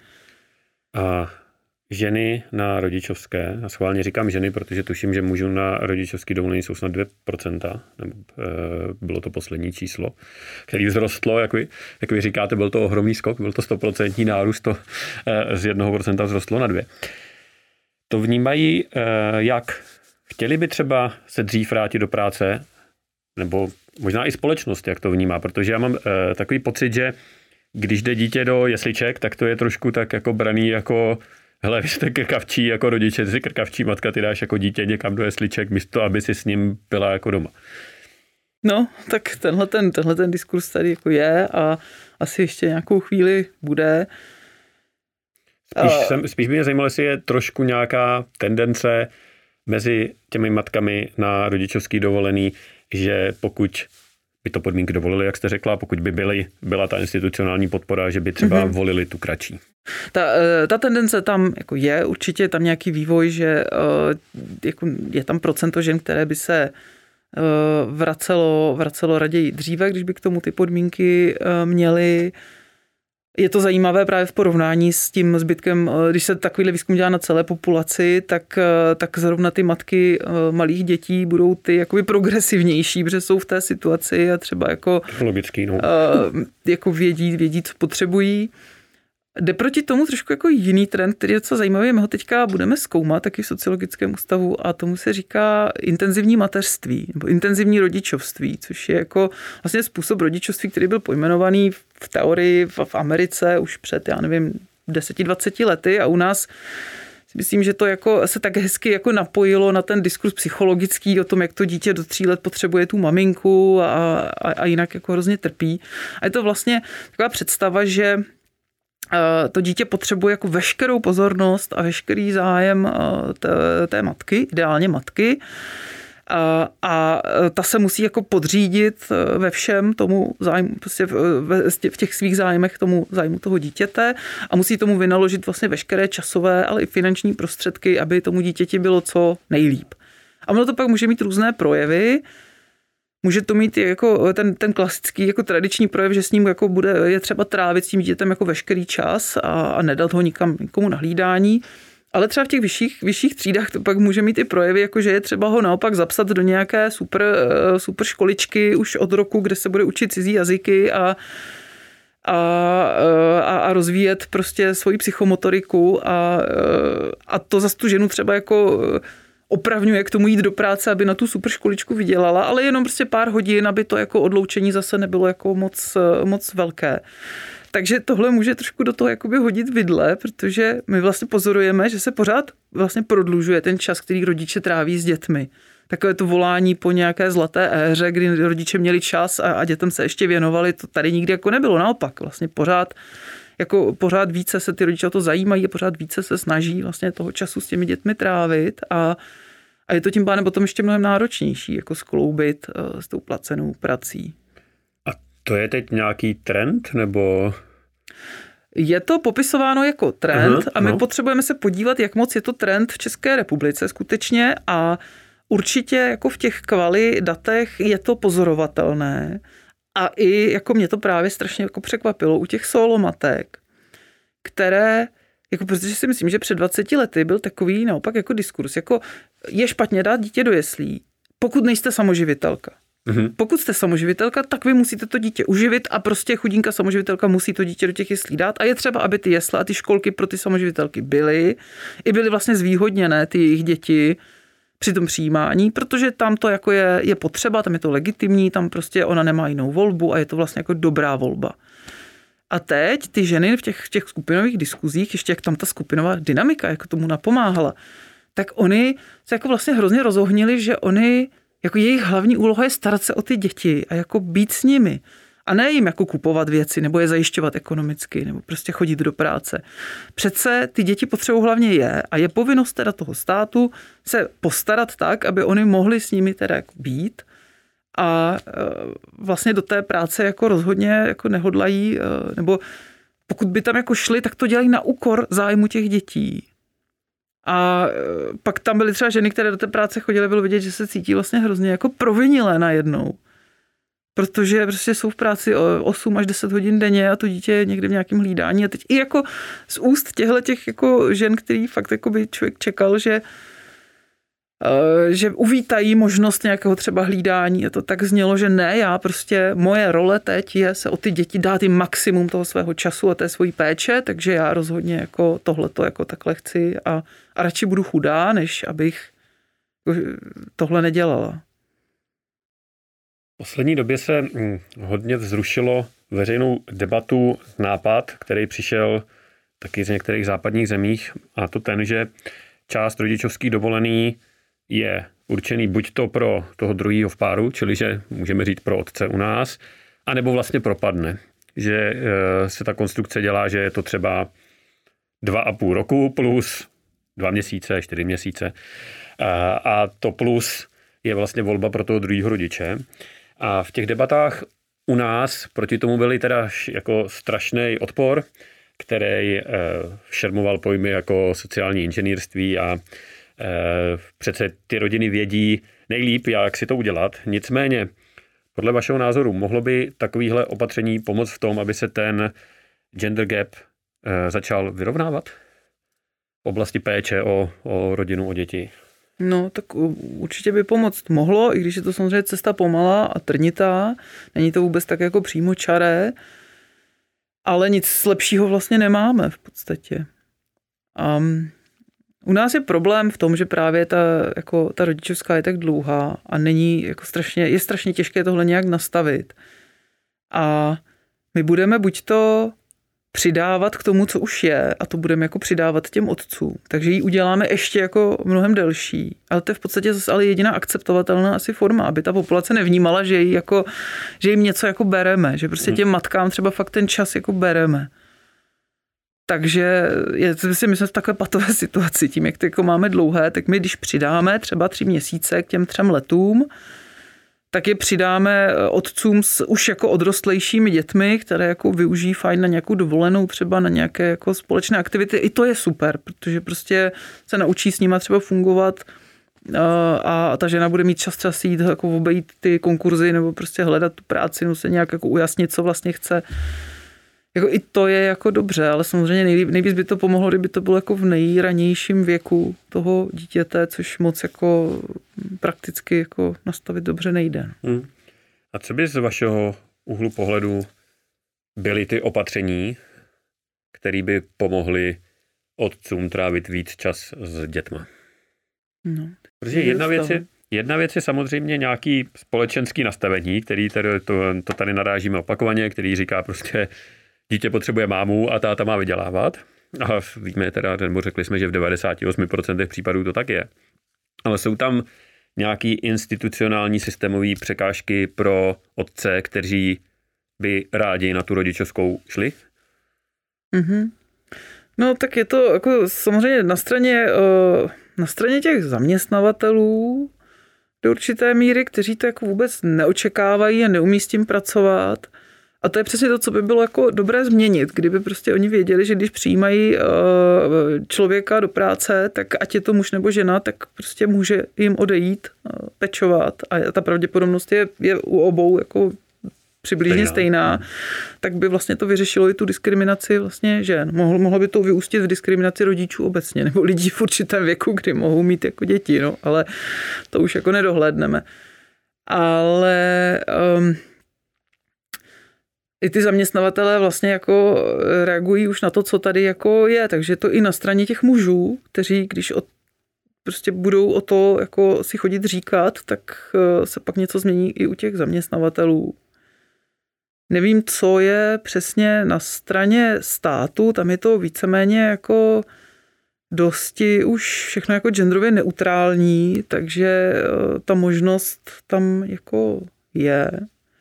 S1: A ženy na rodičovské, a schválně říkám ženy, protože tuším, že mužů na rodičovský dovolení jsou snad 2%, nebo bylo to poslední číslo, který vzrostlo, jak vy říkáte, byl to ohromný skok, byl to 100% nárůst, to z 1% vzrostlo na 2%. To vnímají jak? Chtěli by třeba se dřív vrátit do práce, nebo možná i společnost, jak to vnímá, protože já mám takový pocit, že když jde dítě do jesliček, tak to je trošku tak jako braný jako hele, vy jste krkavčí jako rodiče, ty jsi krkavčí matka, ty dáš jako dítě někam do jesliček, místo, aby si s ním byla jako doma.
S2: No, tak tenhle ten diskurs tady jako je a asi ještě nějakou chvíli bude.
S1: Spíš by mě zajímalo, jestli je trošku nějaká tendence mezi těmi matkami na rodičovský dovolený, že pokud by to podmínky dovolily, jak jste řekla, pokud by byla ta institucionální podpora, že by třeba volili tu kratší.
S2: Ta tendence tam jako je, určitě tam nějaký vývoj, že jako je tam procento žen, které by se vracelo raději dříve, když by k tomu ty podmínky měly. Je to zajímavé právě v porovnání s tím zbytkem, když se takovýhle výzkum dělá na celé populaci, tak zrovna ty matky malých dětí budou ty jakoby progresivnější, protože jsou v té situaci a třeba jako,
S1: logický, no.
S2: Jako vědí, co potřebují. Jde proti tomu trošku jako jiný trend, který je docela zajímavý. My ho teďka budeme zkoumat taky v sociologickém ústavu a tomu se říká intenzivní mateřství nebo intenzivní rodičovství, což je jako vlastně způsob rodičovství, který byl pojmenovaný v teorii v Americe už před, 10-20 lety a u nás myslím, že to jako se tak hezky jako napojilo na ten diskurs psychologický o tom, jak to dítě do 3 let potřebuje tu maminku a jinak jako hrozně trpí. A je to vlastně taková představa, že to dítě potřebuje jako veškerou pozornost a veškerý zájem té matky, ideálně matky. A ta se musí jako podřídit ve všem tomu zájmu, prostě v těch svých zájmech tomu zájmu toho dítěte a musí tomu vynaložit vlastně veškeré časové, ale i finanční prostředky, aby tomu dítěti bylo co nejlíp. A ono to pak může mít různé projevy. Může to mít jako ten klasický jako tradiční projev, že s ním jako je třeba trávit s tím dítětem jako veškerý čas a nedat ho nikomu na hlídání. Ale třeba v těch vyšších třídách to pak může mít i projevy, jako že je třeba ho naopak zapsat do nějaké super školičky už od roku, kde se bude učit cizí jazyky a rozvíjet prostě svoji psychomotoriku a to zas tu ženu třeba jako opravňuje k tomu jít do práce, aby na tu super školičku vydělala, ale jenom prostě pár hodin, aby to jako odloučení zase nebylo jako moc velké. Takže tohle může trošku do toho jakoby hodit vidle, protože my vlastně pozorujeme, že se pořád vlastně prodlužuje ten čas, který rodiče tráví s dětmi. Takové to volání po nějaké zlaté éře, kdy rodiče měli čas a dětem se ještě věnovali, to tady nikdy jako nebylo. Naopak, vlastně pořád jako pořád více se ty rodiče o to zajímají a pořád více se snaží vlastně toho času s těmi dětmi trávit a je to tím pádem potom ještě mnohem náročnější, jako skloubit s tou placenou prací.
S1: A to je teď nějaký trend, nebo...
S2: Je to popisováno jako trend a my potřebujeme se podívat, jak moc je to trend v České republice skutečně a určitě jako v těch datech je to pozorovatelné a i jako mě to právě strašně jako překvapilo u těch solomatek, které, jako protože si myslím, že před 20 lety byl takový naopak jako diskurs, jako je špatně dát dítě do jeslí, pokud nejste samoživitelka. Pokud jste samoživitelka, tak vy musíte to dítě uživit a prostě chudinka samoživitelka musí to dítě do těch jeslí dát a je třeba, aby ty jesle a ty školky pro ty samoživitelky byly vlastně zvýhodněné ty jejich děti při tom přijímání, protože tam to jako je potřeba, tam je to legitimní, tam prostě ona nemá jinou volbu a je to vlastně jako dobrá volba. A teď ty ženy v těch skupinových diskuzích, ještě jak tam ta skupinová dynamika jako tomu napomáhala, tak oni se jako vlastně hrozně rozohnili, že oni jako jejich hlavní úloha je starat se o ty děti a jako být s nimi. A ne jim jako kupovat věci, nebo je zajišťovat ekonomicky, nebo prostě chodit do práce. Přece ty děti potřebují hlavně a je povinnost teda toho státu se postarat tak, aby oni mohli s nimi teda jako být a vlastně do té práce jako rozhodně jako nehodlají, nebo pokud by tam jako šli, tak to dělají na úkor zájmu těch dětí. A pak tam byly třeba ženy, které do té práce chodily, bylo vidět, že se cítí vlastně hrozně jako provinilé najednou. Protože prostě jsou v práci 8 až 10 hodin denně a to dítě je někde v nějakém hlídání. A teď i jako z úst těch jako žen, který fakt jako by člověk čekal, že uvítají možnost nějakého třeba hlídání. A to tak znělo, že ne, moje role teď je se o ty děti dát jim maximum toho svého času a té svojí péče, takže já rozhodně jako tohleto jako takhle chci a radši budu chudá, než abych tohle nedělala.
S1: V poslední době se hodně vzrušilo veřejnou debatu nápad, který přišel taky z některých západních zemích, a to ten, že část rodičovských dovolený je určený buď to pro toho druhého v páru, čili že můžeme říct pro otce u nás, anebo vlastně propadne. Že se ta konstrukce dělá, že je to třeba 2,5 roku plus 2 měsíce, 4 měsíce. A to plus je vlastně volba pro toho druhého rodiče. A v těch debatách u nás proti tomu byly teda jako strašný odpor, který šermoval pojmy jako sociální inženýrství a přece ty rodiny vědí nejlíp, jak si to udělat. Nicméně, podle vašeho názoru, mohlo by takovéhle opatření pomoct v tom, aby se ten gender gap začal vyrovnávat v oblasti péče o rodinu, o děti?
S2: No, tak určitě by pomoct mohlo, i když je to samozřejmě cesta pomalá a trnitá. Není to vůbec tak jako přímočaré, ale nic lepšího vlastně nemáme v podstatě. U nás je problém v tom, že právě ta rodičovská je tak dlouhá a je strašně těžké tohle nějak nastavit. A my budeme buď to přidávat k tomu, co už je, a to budeme jako přidávat těm otcům. Takže ji uděláme ještě jako mnohem delší. Ale to je v podstatě zase ale jediná akceptovatelná asi forma, aby ta populace nevnímala, že jim něco jako bereme, že prostě těm matkám třeba fakt ten čas jako bereme. Takže my jsme v takové patové situaci. Tím, jak to jako máme dlouhé, tak my když přidáme třeba 3 měsíce k těm 3 letům, tak je přidáme otcům s už jako odrostlejšími dětmi, které jako využijí fajn na nějakou dovolenou, třeba na nějaké jako společné aktivity. I to je super, protože prostě se naučí s nima třeba fungovat a ta žena bude mít čas jít jako obejít ty konkurzy nebo prostě hledat tu práci, no se nějak jako ujasnit, co vlastně chce. Jako i to je jako dobře, ale samozřejmě nejvíc by to pomohlo, kdyby to bylo jako v nejranějším věku toho dítěte, což moc jako prakticky jako nastavit dobře nejde.
S1: A co by z vašeho úhlu pohledu byly ty opatření, které by pomohly otcům trávit víc čas s dětma?
S2: No,
S1: protože jedna věc je samozřejmě nějaký společenský nastavení, který to tady narážíme opakovaně, který říká prostě dítě potřebuje mámu a táta má vydělávat. A víme teda, nebo řekli jsme, že v 98% případů to tak je. Ale jsou tam nějaký institucionální systémové překážky pro otce, kteří by rádi na tu rodičovskou šli?
S2: Mm-hmm. No tak je to jako samozřejmě na straně těch zaměstnavatelů do určité míry, kteří to jako vůbec neočekávají a neumí s tím pracovat. A to je přesně to, co by bylo jako dobré změnit, kdyby prostě oni věděli, že když přijímají člověka do práce, tak ať je to muž nebo žena, tak prostě může jim odejít, pečovat a ta pravděpodobnost je u obou jako přibližně stejná, tak by vlastně to vyřešilo i tu diskriminaci vlastně žen. Mohlo by to vyústit v diskriminaci rodičů obecně, nebo lidí v určitém věku, kdy mohou mít jako děti, no, ale to už jako nedohlédneme. Ale i ty zaměstnavatelé vlastně jako reagují už na to, co tady jako je, takže to i na straně těch mužů, kteří když prostě budou o to jako si chodit říkat, tak se pak něco změní i u těch zaměstnavatelů. Nevím, co je přesně na straně státu, tam je to víceméně jako dosti už všechno jako genderově neutrální, takže ta možnost tam jako je.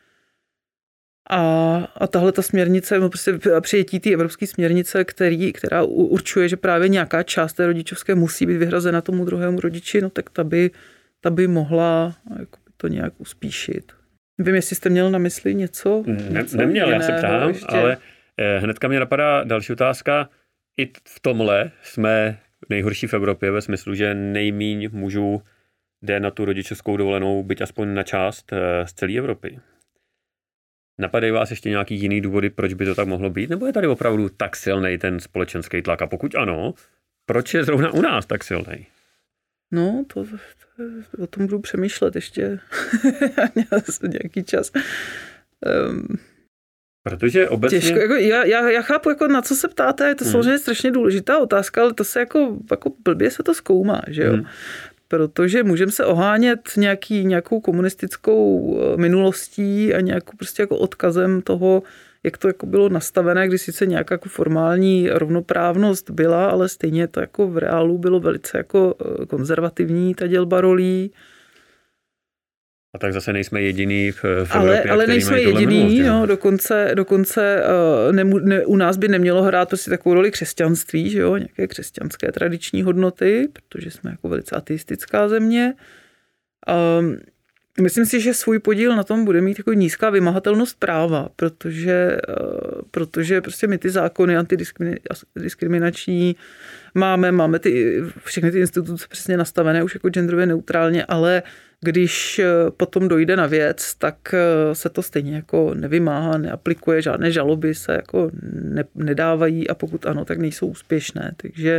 S2: A tahle ta směrnice, prostě přijetí té evropské směrnice, která určuje, že právě nějaká část té rodičovské musí být vyhrazena tomu druhému rodiči, no tak ta by mohla jako to nějak uspíšit. Nevím, jestli jste měl na mysli něco?
S1: Neměl, já se ptám, ale hnedka mě napadá další otázka. I v tomhle jsme nejhorší v Evropě ve smyslu, že nejmíň mužů jde na tu rodičovskou dovolenou, byť aspoň na část z celé Evropy. Napadají vás ještě nějaký jiný důvody, proč by to tak mohlo být? Nebo je tady opravdu tak silný ten společenský tlak? A pokud ano, proč je zrovna u nás tak silný?
S2: No, to o tom budu přemýšlet ještě nějaký čas.
S1: Protože obecně...
S2: Těžko, jako já chápu, jako na co se ptáte, je to samozřejmě strašně důležitá otázka, ale to se jako blbě se to zkoumá, že jo? Protože můžeme se ohánět nějakou komunistickou minulostí a nějakou prostě jako odkazem toho, jak to jako bylo nastavené, když sice nějaká jako formální rovnoprávnost byla, ale stejně to jako v reálu bylo velice jako konzervativní ta dělba rolí.
S1: A tak zase nejsme jediný v Evropě,
S2: ale nejsme jediný, no, dokonce u nás by nemělo hrát prostě takovou roli křesťanství, že jo, nějaké křesťanské tradiční hodnoty, protože jsme jako velice ateistická země. Myslím si, že svůj podíl na tom bude mít jako nízká vymahatelnost práva, protože prostě my ty zákony antidiskriminační máme všechny ty instituce přesně nastavené už jako genderově neutrálně, ale když potom dojde na věc, tak se to stejně jako nevymáhá, neaplikuje, žádné žaloby se jako nedávají a pokud ano, tak nejsou úspěšné.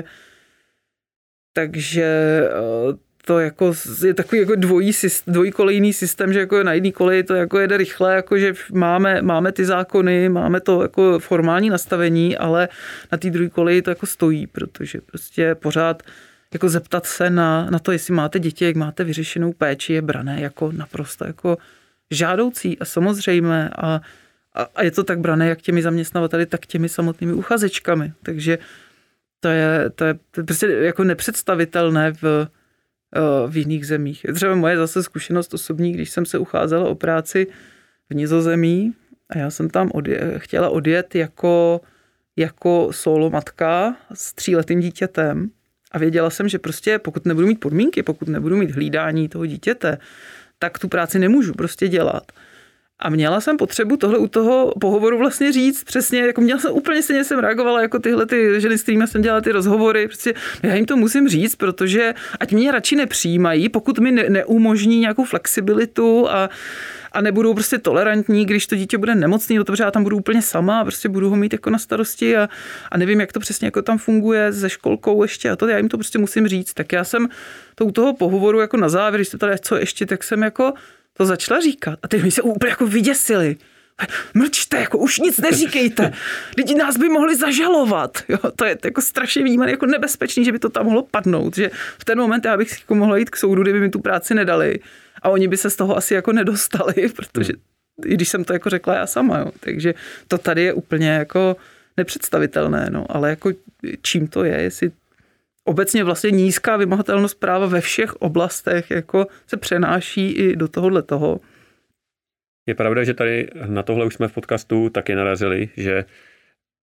S2: Takže to jako je takový jako dvojkolejný systém, že jako na jedné koleji to jako jede rychle, jako že máme ty zákony, máme to jako formální nastavení, ale na té druhé koleji to jako stojí, protože prostě pořád jako zeptat se na to, jestli máte děti, jak máte vyřešenou péči, je brané jako naprosto jako žádoucí a samozřejmé a je to tak brané jak těmi zaměstnavateli, tak těmi samotnými uchazečkami. Takže to je prostě jako nepředstavitelné v jiných zemích. Třeba moje zase zkušenost osobní, když jsem se ucházela o práci v Nizozemí a já jsem tam chtěla odjet jako solo matka s 3letým dítětem a věděla jsem, že prostě pokud nebudu mít podmínky, pokud nebudu mít hlídání toho dítěte, tak tu práci nemůžu prostě dělat. A měla jsem potřebu tohle u toho pohovoru vlastně říct přesně, jako měla jsem úplně stejně jsem reagovala jako tyhle ty ženy, s kterými jsem dělala ty rozhovory, prostě já jim to musím říct, protože ať mě radši nepřijímají, pokud mi neumožní nějakou flexibilitu a nebudou prostě tolerantní, když to dítě bude nemocný, protože já tam budu úplně sama a prostě budu ho mít jako na starosti a nevím, jak to přesně jako tam funguje se školkou ještě a to já jim to prostě musím říct. Tak já jsem to u toho pohovoru jako na závěr, když to tady co ještě, tak jsem jako to začala říkat a teď mi se úplně jako vyděsili. Mlčte, jako už nic neříkejte. Lidi nás by mohli zažalovat. Jo, to je jako strašně vnímané jako nebezpečný, že by to tam mohlo padnout. Že v ten moment já bych jako mohla jít k soudu, kdyby mi tu práci nedali. A oni by se z toho asi jako nedostali, protože i když jsem to jako řekla já sama. Jo. Takže to tady je úplně jako nepředstavitelné. No. Ale jako čím to je, jestli obecně vlastně nízká vymahatelnost práva ve všech oblastech jako se přenáší i do tohohle toho.
S1: Je pravda, že tady na tohle už jsme v podcastu taky narazili, že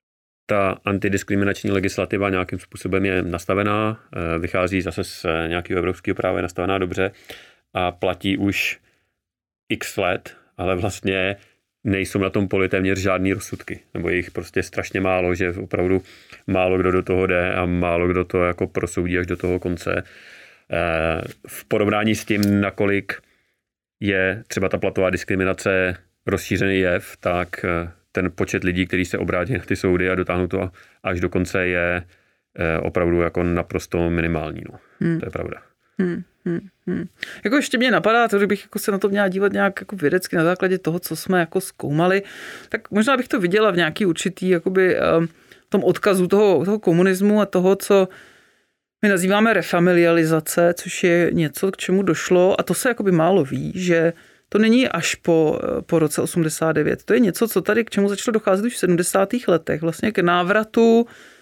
S1: ta antidiskriminační legislativa nějakým způsobem je nastavená, vychází zase z nějakého evropského práva, je nastavená dobře a platí už x let, ale vlastně nejsou na tom poli téměř žádný rozsudky, nebo jich prostě strašně málo, že opravdu málo kdo do toho jde a málo kdo to jako prosoudí až do toho konce. V porovnání s tím, nakolik je třeba ta platová diskriminace rozšířený jev, tak ten počet lidí, kteří se obrátí na ty soudy a dotáhnou to až do konce, je opravdu jako naprosto minimální. No. To je pravda.
S2: Jako ještě mě napadá, to, že bych jako se na to měla dívat nějak jako vědecky na základě toho, co jsme jako zkoumali, tak možná bych to viděla v nějaký určitý jakoby, tom odkazu toho komunismu a toho, co my nazýváme refamilializace, což je něco, k čemu došlo, a to se jakoby málo ví, že to není až po roce 89. To je něco, co tady k čemu začalo docházet už v 70. letech, vlastně k návratu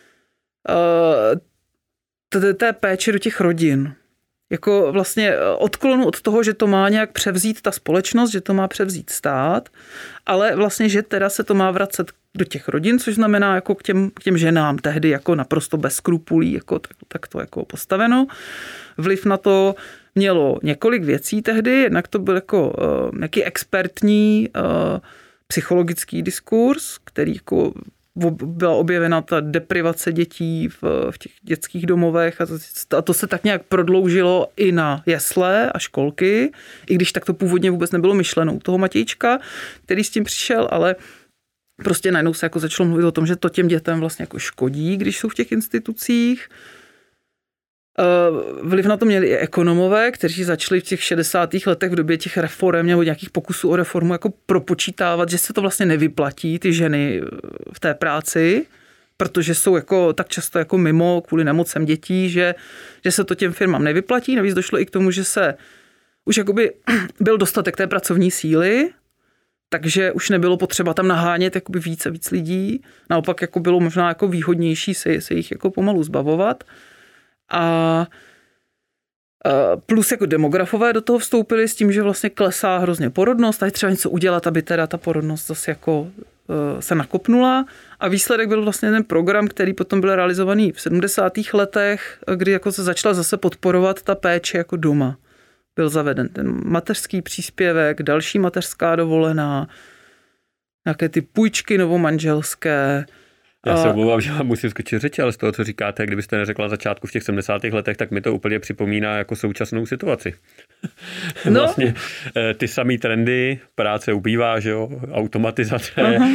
S2: té péče do těch rodin. Jako vlastně odklonu od toho, že to má nějak převzít ta společnost, že to má převzít stát, ale vlastně, že teda se to má vracet do těch rodin, což znamená jako k těm ženám tehdy jako naprosto bez skrupulí, jako tak to jako postaveno. Vliv na to mělo několik věcí tehdy, jednak to byl jako nějaký expertní psychologický diskurs, který jako byla objevena ta deprivace dětí v těch dětských domovech a to se tak nějak prodloužilo i na jesle a školky, i když tak to původně vůbec nebylo myšleno u toho Matějčka, který s tím přišel, ale prostě najednou se jako začalo mluvit o tom, že to těm dětem vlastně jako škodí, když jsou v těch institucích. Vliv na to měli i ekonomové, kteří začali v těch 60. letech v době těch reform nebo nějakých pokusů o reformu jako propočítávat, že se to vlastně nevyplatí ty ženy v té práci, protože jsou jako tak často jako mimo kvůli nemocem dětí, že se to těm firmám nevyplatí. Navíc došlo i k tomu, že se už jakoby byl dostatek té pracovní síly, takže už nebylo potřeba tam nahánět jakoby víc a víc lidí. Naopak jako bylo možná jako výhodnější se jich jako pomalu zbavovat. A plus jako demografové do toho vstoupili s tím, že vlastně klesá hrozně porodnost a je třeba něco udělat, aby teda ta porodnost zase jako se nakopnula. A výsledek byl vlastně ten program, který potom byl realizovaný v 70. letech, kdy jako se začala zase podporovat ta péče jako doma. Byl zaveden ten mateřský příspěvek, další mateřská dovolená, nějaké ty půjčky novomanželské.
S1: Já se omlouvám, že vám musím skočit řeči, ale z toho, co říkáte, kdybyste neřekla na začátku v těch 70. letech, tak mi to úplně připomíná jako současnou situaci. No. Vlastně ty samý trendy, práce ubývá, že jo, automatizace,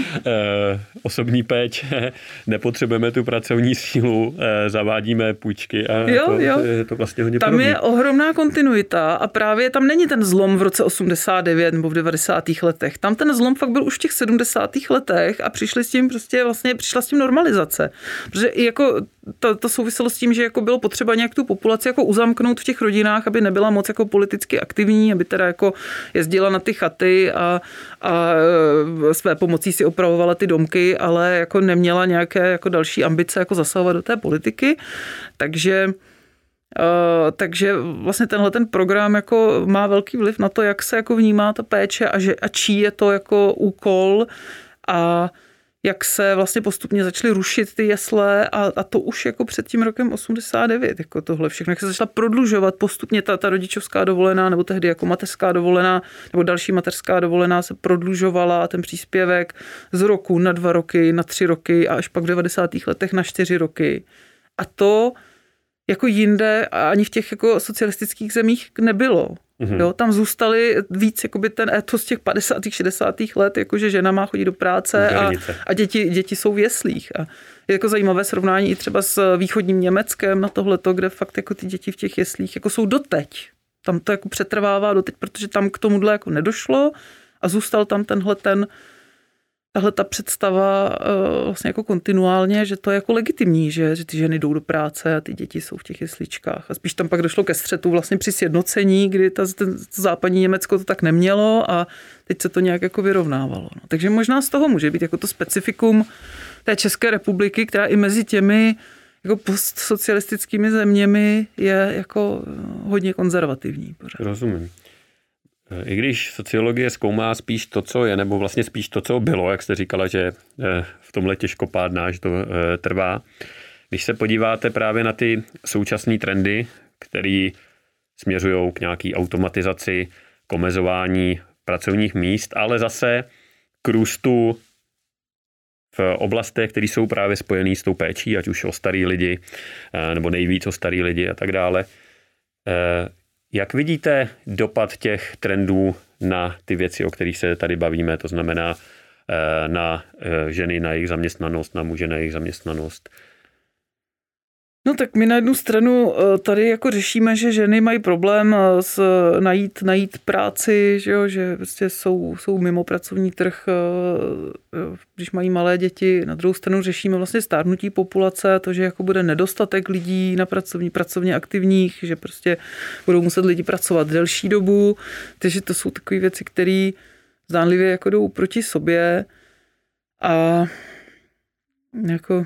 S1: osobní péče, nepotřebujeme tu pracovní sílu, zavádíme půjčky a je to vlastně hodně
S2: tam
S1: podobný.
S2: Je ohromná kontinuita a právě tam není ten zlom v roce 89 nebo v 90. letech. Tam ten zlom fakt byl už v těch 70. letech a přišla s tím normalizace. Protože i jako to souviselo s tím, že jako bylo potřeba nějak tu populaci jako uzamknout v těch rodinách, aby nebyla moc jako politicky aktivní, aby teda jako jezdila na ty chaty a své pomocí si opravovala ty domky, ale jako neměla nějaké jako další ambice jako zasahovat do té politiky. Takže vlastně ten program jako má velký vliv na to, jak se jako vnímá ta péče a čí je to jako úkol a jak se vlastně postupně začaly rušit ty jesle a to už jako před tím rokem 89, jako tohle všechno, jak se začala prodlužovat postupně ta rodičovská dovolená, nebo tehdy jako mateřská dovolená, nebo další mateřská dovolená se prodlužovala, ten příspěvek z roku na 2 roky, na 3 roky a až pak v 90. letech na 4 roky. A to jako jinde ani v těch jako socialistických zemích nebylo. Jo, tam zůstali víc jakoby ten étos těch 50. 60. let, jakože žena má chodit do práce a děti jsou v jeslích. A je jako zajímavé srovnání i třeba s východním Německem na tohleto, kde fakt jako ty děti v těch jeslích jako jsou doteď. Tam to jako přetrvává doteď, protože tam k tomuhle jako nedošlo a zůstal tam tahle ta představa vlastně jako kontinuálně, že to je jako legitimní, že ty ženy jdou do práce a ty děti jsou v těch jesličkách. A spíš tam pak došlo ke střetu vlastně při sjednocení, kdy to západní Německo to tak nemělo a teď se to nějak jako vyrovnávalo. No. Takže možná z toho může být jako to specifikum té České republiky, která i mezi těmi jako postsocialistickými zeměmi je jako hodně konzervativní. Pořád.
S1: Rozumím. I když sociologie zkoumá spíš to, co je, nebo vlastně spíš to, co bylo, jak jste říkala, že v tomhle těžkopádná, že to trvá. Když se podíváte právě na ty současné trendy, které směřují k nějaké automatizaci, k omezování pracovních míst, ale zase k růstu v oblastech, které jsou právě spojené s tou péčí, ať už o starý lidi, nebo nejvíc o starý lidi a tak dále. Jak vidíte dopad těch trendů na ty věci, o kterých se tady bavíme, to znamená na ženy, na jejich zaměstnanost, na muže, na jejich zaměstnanost?
S2: No tak my na jednu stranu tady jako řešíme, že ženy mají problém najít práci, že prostě jsou mimo pracovní trh, když mají malé děti. Na druhou stranu řešíme vlastně stárnutí populace, to, že jako bude nedostatek lidí na pracovně aktivních, že prostě budou muset lidi pracovat delší dobu. Takže to jsou takové věci, které zdánlivě jako jdou proti sobě a jako...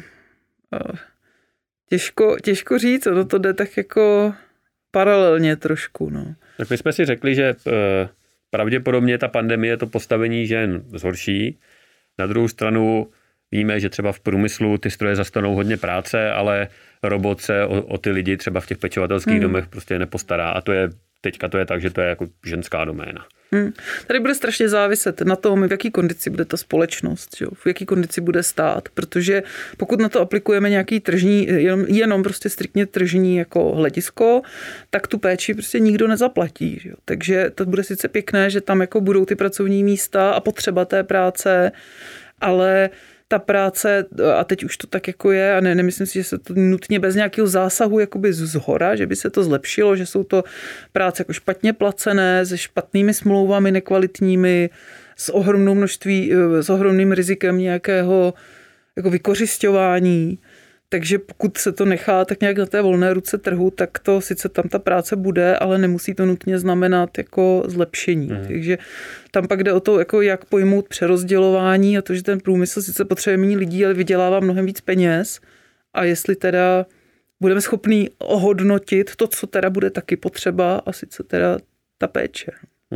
S2: Těžko říct, ono to jde tak jako paralelně trošku. No.
S1: Tak my jsme si řekli, že pravděpodobně ta pandemie to postavení žen zhorší. Na druhou stranu víme, že třeba v průmyslu ty stroje zastanou hodně práce, ale robot se o ty lidi třeba v těch pečovatelských domech prostě nepostará. A teďka to je tak, že to je jako ženská doména.
S2: Tady bude strašně záviset na tom, v jaký kondici bude ta společnost, v jaký kondici bude stát, protože pokud na to aplikujeme nějaký tržní, jenom prostě striktně tržní jako hledisko, tak tu péči prostě nikdo nezaplatí. Že? Takže to bude sice pěkné, že tam jako budou ty pracovní místa a potřeba té práce, ale ta práce, a teď už to tak jako je, a nemyslím si, že se to nutně bez nějakého zásahu jakoby zhora, že by se to zlepšilo, že jsou to práce jako špatně placené, se špatnými smlouvami, nekvalitními, s ohromným rizikem nějakého jako vykořisťování. Takže pokud se to nechá tak nějak na té volné ruce trhu, tak to sice tam ta práce bude, ale nemusí to nutně znamenat jako zlepšení. Takže tam pak jde o to, jako jak pojmout přerozdělování a to, že ten průmysl sice potřebuje méně lidí, ale vydělává mnohem víc peněz a jestli teda budeme schopní ohodnotit to, co teda bude taky potřeba a sice teda ta péče.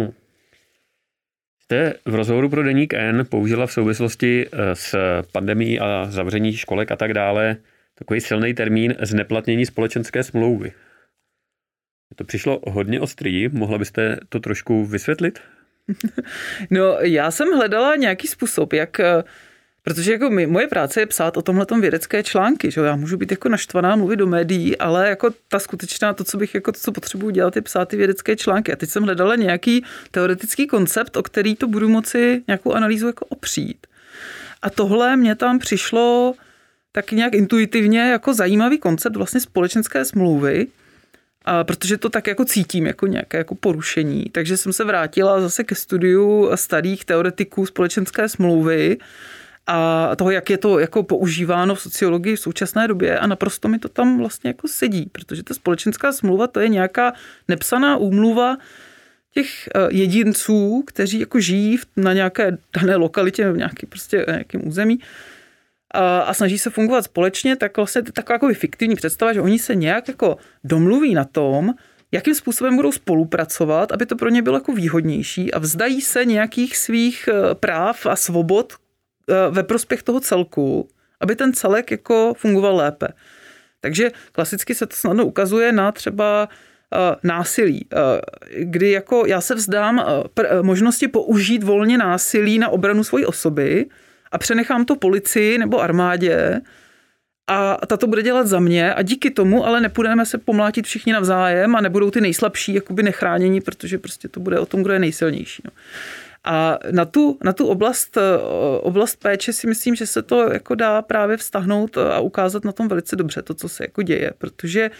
S1: Jste v rozhovoru pro Deník N použila v souvislosti s pandemií a zavření školek a tak dále takový silný termín zneplatnění společenské smlouvy. To přišlo hodně ostrý, mohla byste to trošku vysvětlit?
S2: No, já jsem hledala nějaký způsob, protože jako moje práce je psát o tomhletom vědecké články, že já můžu být jako naštvaná, mluvit do médií, ale jako ta skutečná, to, co potřebuji dělat, je psát ty vědecké články. A teď jsem hledala nějaký teoretický koncept, o který to budu moci nějakou analýzu jako opřít. A tohle mě tam přišlo tak nějak intuitivně jako zajímavý koncept vlastně společenské smlouvy, protože to tak jako cítím jako nějaké jako porušení. Takže jsem se vrátila zase ke studiu starých teoretiků společenské smlouvy a toho, jak je to jako používáno v sociologii v současné době a naprosto mi to tam vlastně jako sedí, protože ta společenská smlouva to je nějaká nepsaná úmluva těch jedinců, kteří jako žijí na nějaké dané lokalitě nebo nějakém území a snaží se fungovat společně, tak vlastně taková jako fiktivní představa, že oni se nějak jako domluví na tom, jakým způsobem budou spolupracovat, aby to pro ně bylo jako výhodnější a vzdají se nějakých svých práv a svobod ve prospěch toho celku, aby ten celek jako fungoval lépe. Takže klasicky se to snadno ukazuje na třeba násilí, kdy jako já se vzdám možnosti použít volně násilí na obranu svojí osoby a přenechám to policii nebo armádě a ta to bude dělat za mě a díky tomu ale nepůjdeme se pomlátit všichni navzájem a nebudou ty nejslabší jakoby nechránění, protože prostě to bude o tom, kdo je nejsilnější. No. A na tu oblast péče si myslím, že se to jako dá právě vztahnout a ukázat na tom velice dobře to, co se jako děje, protože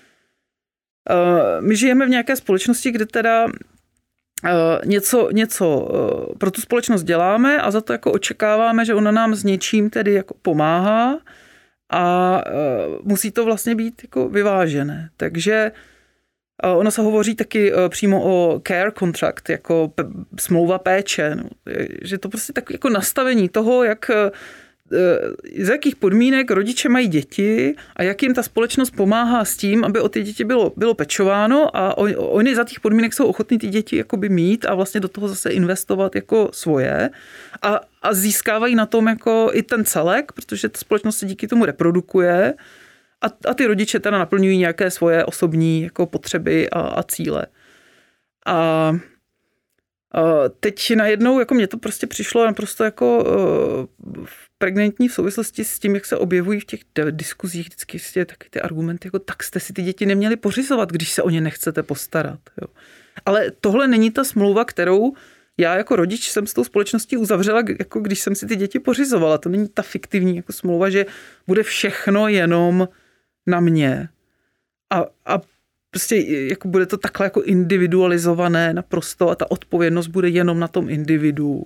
S2: my žijeme v nějaké společnosti, kde teda něco pro tu společnost děláme a za to jako očekáváme, že ona nám s něčím tedy jako pomáhá a musí to vlastně být jako vyvážené. Takže ono se hovoří taky přímo o care contract, jako smlouva péče, no, že to prostě tak jako nastavení toho, jak z jakých podmínek rodiče mají děti a jak jim ta společnost pomáhá s tím, aby o ty děti bylo pečováno a oni za těch podmínek jsou ochotní ty děti jakoby mít a vlastně do toho zase investovat jako svoje a získávají na tom jako i ten celek, protože ta společnost se díky tomu reprodukuje a ty rodiče teda naplňují nějaké svoje osobní jako potřeby a cíle. A teď najednou, jako mně to prostě přišlo naprosto jako pregnantní v souvislosti s tím, jak se objevují v těch diskuzích vždycky taky ty argumenty, jako tak jste si ty děti neměli pořizovat, když se o ně nechcete postarat. Jo. Ale tohle není ta smlouva, kterou já jako rodič jsem s tou společností uzavřela, jako když jsem si ty děti pořizovala. To není ta fiktivní jako smlouva, že bude všechno jenom na mě. A prostě jako bude to takhle jako individualizované naprosto a ta odpovědnost bude jenom na tom individu.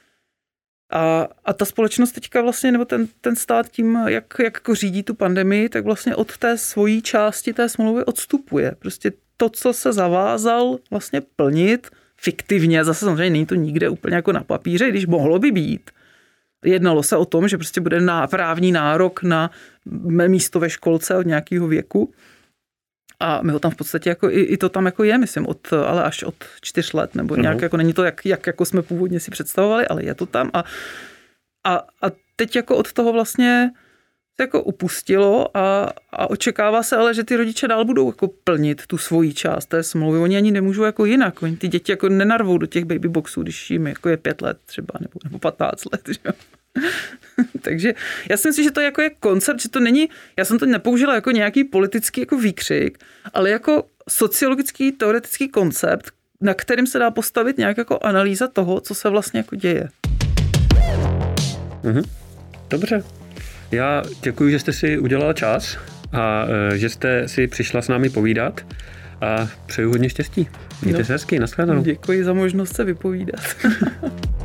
S2: A ta společnost teďka vlastně, nebo ten stát tím, jak jako řídí tu pandemii, tak vlastně od té svojí části té smlouvy odstupuje. Prostě to, co se zavázal vlastně plnit fiktivně, zase samozřejmě není to nikde úplně jako na papíře, když mohlo by být. Jednalo se o tom, že prostě bude právní nárok na místo ve školce od nějakého věku. A my ho tam v podstatě jako i to tam jako je, myslím, ale až od 4 let, nebo nějak jako není to, jak jako jsme původně si představovali, ale je to tam a teď jako od toho vlastně se jako upustilo a očekává se ale, že ty rodiče dál budou jako plnit tu svoji část té smlouvy. Oni ani nemůžou jako jinak. Oni ty děti jako nenarvou do těch baby boxů, když jim jako je 5 let třeba, nebo 15 let, že jo. Takže já si myslím, že to jako je koncept, že to není, já jsem to nepoužila jako nějaký politický jako výkřik, ale jako sociologický, teoretický koncept, na kterým se dá postavit nějak jako analýza toho, co se vlastně jako děje.
S1: Dobře. Já děkuji, že jste si udělala čas a že jste si přišla s námi povídat a přeju hodně štěstí. Mějte se hezky, nashledanou.
S2: Děkuji za možnost se vypovídat.